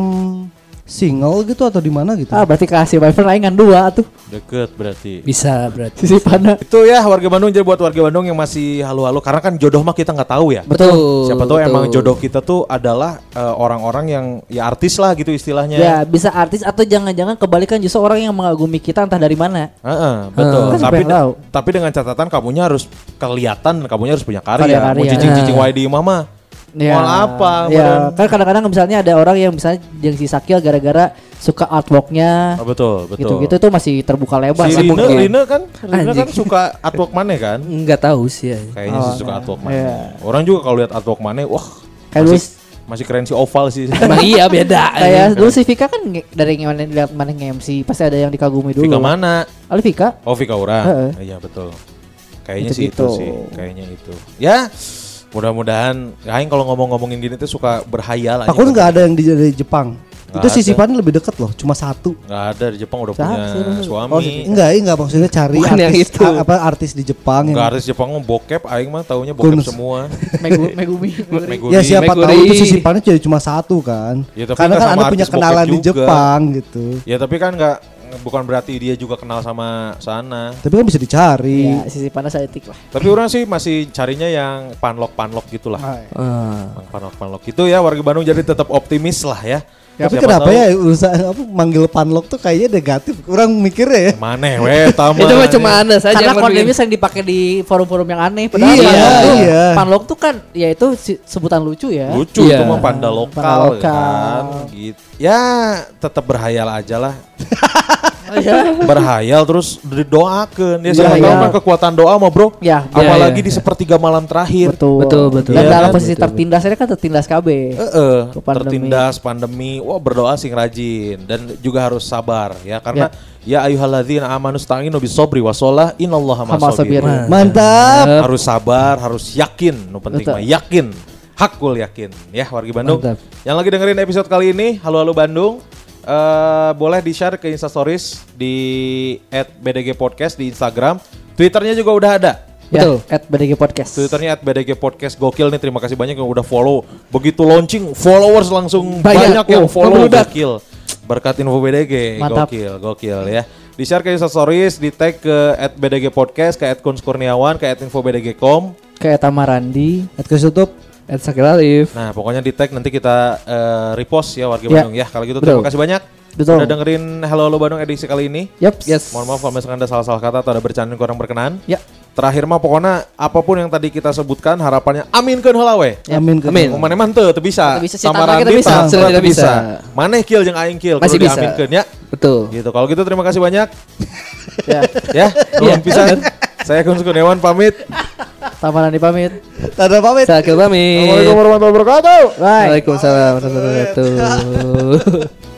Single gitu atau di mana gitu. Ah, berarti kasih By Fern aing ngan dua tuh. Deket berarti. Bisa berarti. Sisi pana. Itu ya warga Bandung, jadi buat warga Bandung yang masih halu-halu karena kan jodoh mah kita nggak tahu ya. Betul. Siapa tahu betul. emang jodoh kita tuh adalah eh, orang-orang yang ya artis lah gitu istilahnya. Ya, bisa artis atau jangan-jangan kebalikan justru orang yang mengagumi kita entah dari mana. Heeh, betul. Kan siapa tapi yang tahu? tapi dengan catatan kamunya harus kelihatan, kamunya harus punya karya. Karya-karya. Mau cicing-cicing wae di mama. Ya, Mau apa? Ya, Beren? kan kadang-kadang misalnya ada orang yang misalnya yang si Sakil gara-gara suka artworknya. Oh, betul, betul. Gitu-gitu tuh masih terbuka lebar Si sih Rina, mungkin. Rina kan, Rina kan Anjing. suka artwork mana kan? Enggak tahu sih ya. Kayaknya Oh, sih suka nah, artwork mana. iya. Orang juga kalau lihat artwork mana, wah, Kayak masih, dulu- masih keren si Oval sih. Emang iya beda. Kayak dulu si Vika kan nge- dari mana lihat mana nge-M C pasti ada yang dikagumi dulu. Vika mana? Ali Vika. Oh, Vika Ura. Heeh. Iya betul. Kayaknya sih itu Gitu-gitu. sih, kayaknya itu. Ya, mudah-mudahan aing kalau ngomong-ngomongin gini tuh suka berhayal aja. Aku nggak ada yang di, dari Jepang. Nggak Itu ada. sisipannya lebih deket loh, cuma satu. Nggak ada di Jepang udah Siapa punya sih, Bang? suami. Oh, si- Enggak, enggak maksudnya cari Bukan yang artis itu. a- apa artis di Jepang yang Enggak artis Jepang mah bokep, aing mah taunya bokep Guns. semua. Megu, Megumi. Megumi. ya siapa Meguri. tahu itu sisipannya jadi cuma satu kan. Ya, tapi Karena nggak kan sama Anda punya artis kenalan bokep di juga. Jepang gitu. Ya tapi kan nggak bukan berarti dia juga kenal sama sana. Tapi kan bisa dicari. Ya, sisi panas etik lah. Tapi orang sih masih carinya yang panlok-panlok gitulah. Ah. Yang panlok-panlok itu ya warga Bandung jadi tetap optimis lah ya. Tapi Siapa kenapa tahu- ya usaha apa manggil panlok tuh kayaknya negatif. Kurang mikirnya ya. Maneh we tama. Itu mah cuma Anda saja Karena yang berpikir. kondemnya sering dipakai di forum-forum yang aneh. Padahal Iya, panlok tuh, iya. panlok tuh kan ya itu si- sebutan lucu ya. Lucu Iya. itu mah panda lokal, Panda lokal. kan. Gitu. Ya tetap berhayal aja lah. Oh, ya. Berhayal terus didoakeun. Ya siapa Berhayal. tahu kan kekuatan doa mah, Bro. Ya, Apalagi ya, di sepertiga malam terakhir. betul. Betul, betul. Dan Iya dalam kan? posisi tertindas ini kan tertindas K B. Heeh, Ke pandemi. tertindas pandemi. Wah, berdoa sing rajin dan juga harus sabar ya karena ya, ayyuhalladzina amanu sta'inu bisobri wasolah innallaha Sama ma'as-sabirin. sabirin. Mantap. Harus sabar, harus yakin, no penting Betul. mah yakin. Hakul yakin ya wargi Bandung. Mantap. Yang lagi dengerin episode kali ini, halo halo Bandung. eh boleh di-share ke Instastories di et b d g podcast di Instagram. Twitternya juga udah ada. Betul. Ya, at B D G Podcast. Twitternya at b d g podcast gokil nih. Terima kasih banyak yang udah follow. Begitu launching followers langsung Banyak. banyak, yang Oh, follow membludak. gokil. Berkat info B D G Mantap. gokil gokil ya. Di-share ke Instastories, di tag ke at b d g podcast, ke at kuns kurniawan, ke at info b d g dot com. Kayak Tamarandi. At ke YouTube. At Sakil Alif. Nah, pokoknya di tag nanti kita eh, repost ya warga Ya. Bandung ya. Kalau gitu terima Betul. kasih banyak. Betul. Udah dengerin Halo Halo Bandung edisi kali ini. Yep. Yes. Mohon maaf kalau misalkan ada salah-salah kata atau ada bercanda yang kurang berkenan. Ya. Terakhir mah pokoknya apapun yang tadi kita sebutkan harapannya aminkeun heula we. Amin. Amin. Mau mana mah teu teu bisa. Teu bisa, si Samaran Tama kita di bisa. Tama Sudah teu tidak bisa. Maneh kill jeung aing kill Masih kudu bisa. diaminkeun ya. Betul. Gitu. Kalau gitu terima kasih banyak Ya. ya. Nuhun pisan. Saya Kunz Kurniawan pamit. Tamarandi pamit. Tada pamit. Sakil pamit. Assalamualaikum warahmatullahi wabarakatuh. Bye. Waalaikumsalam warahmatullahi wabarakatuh.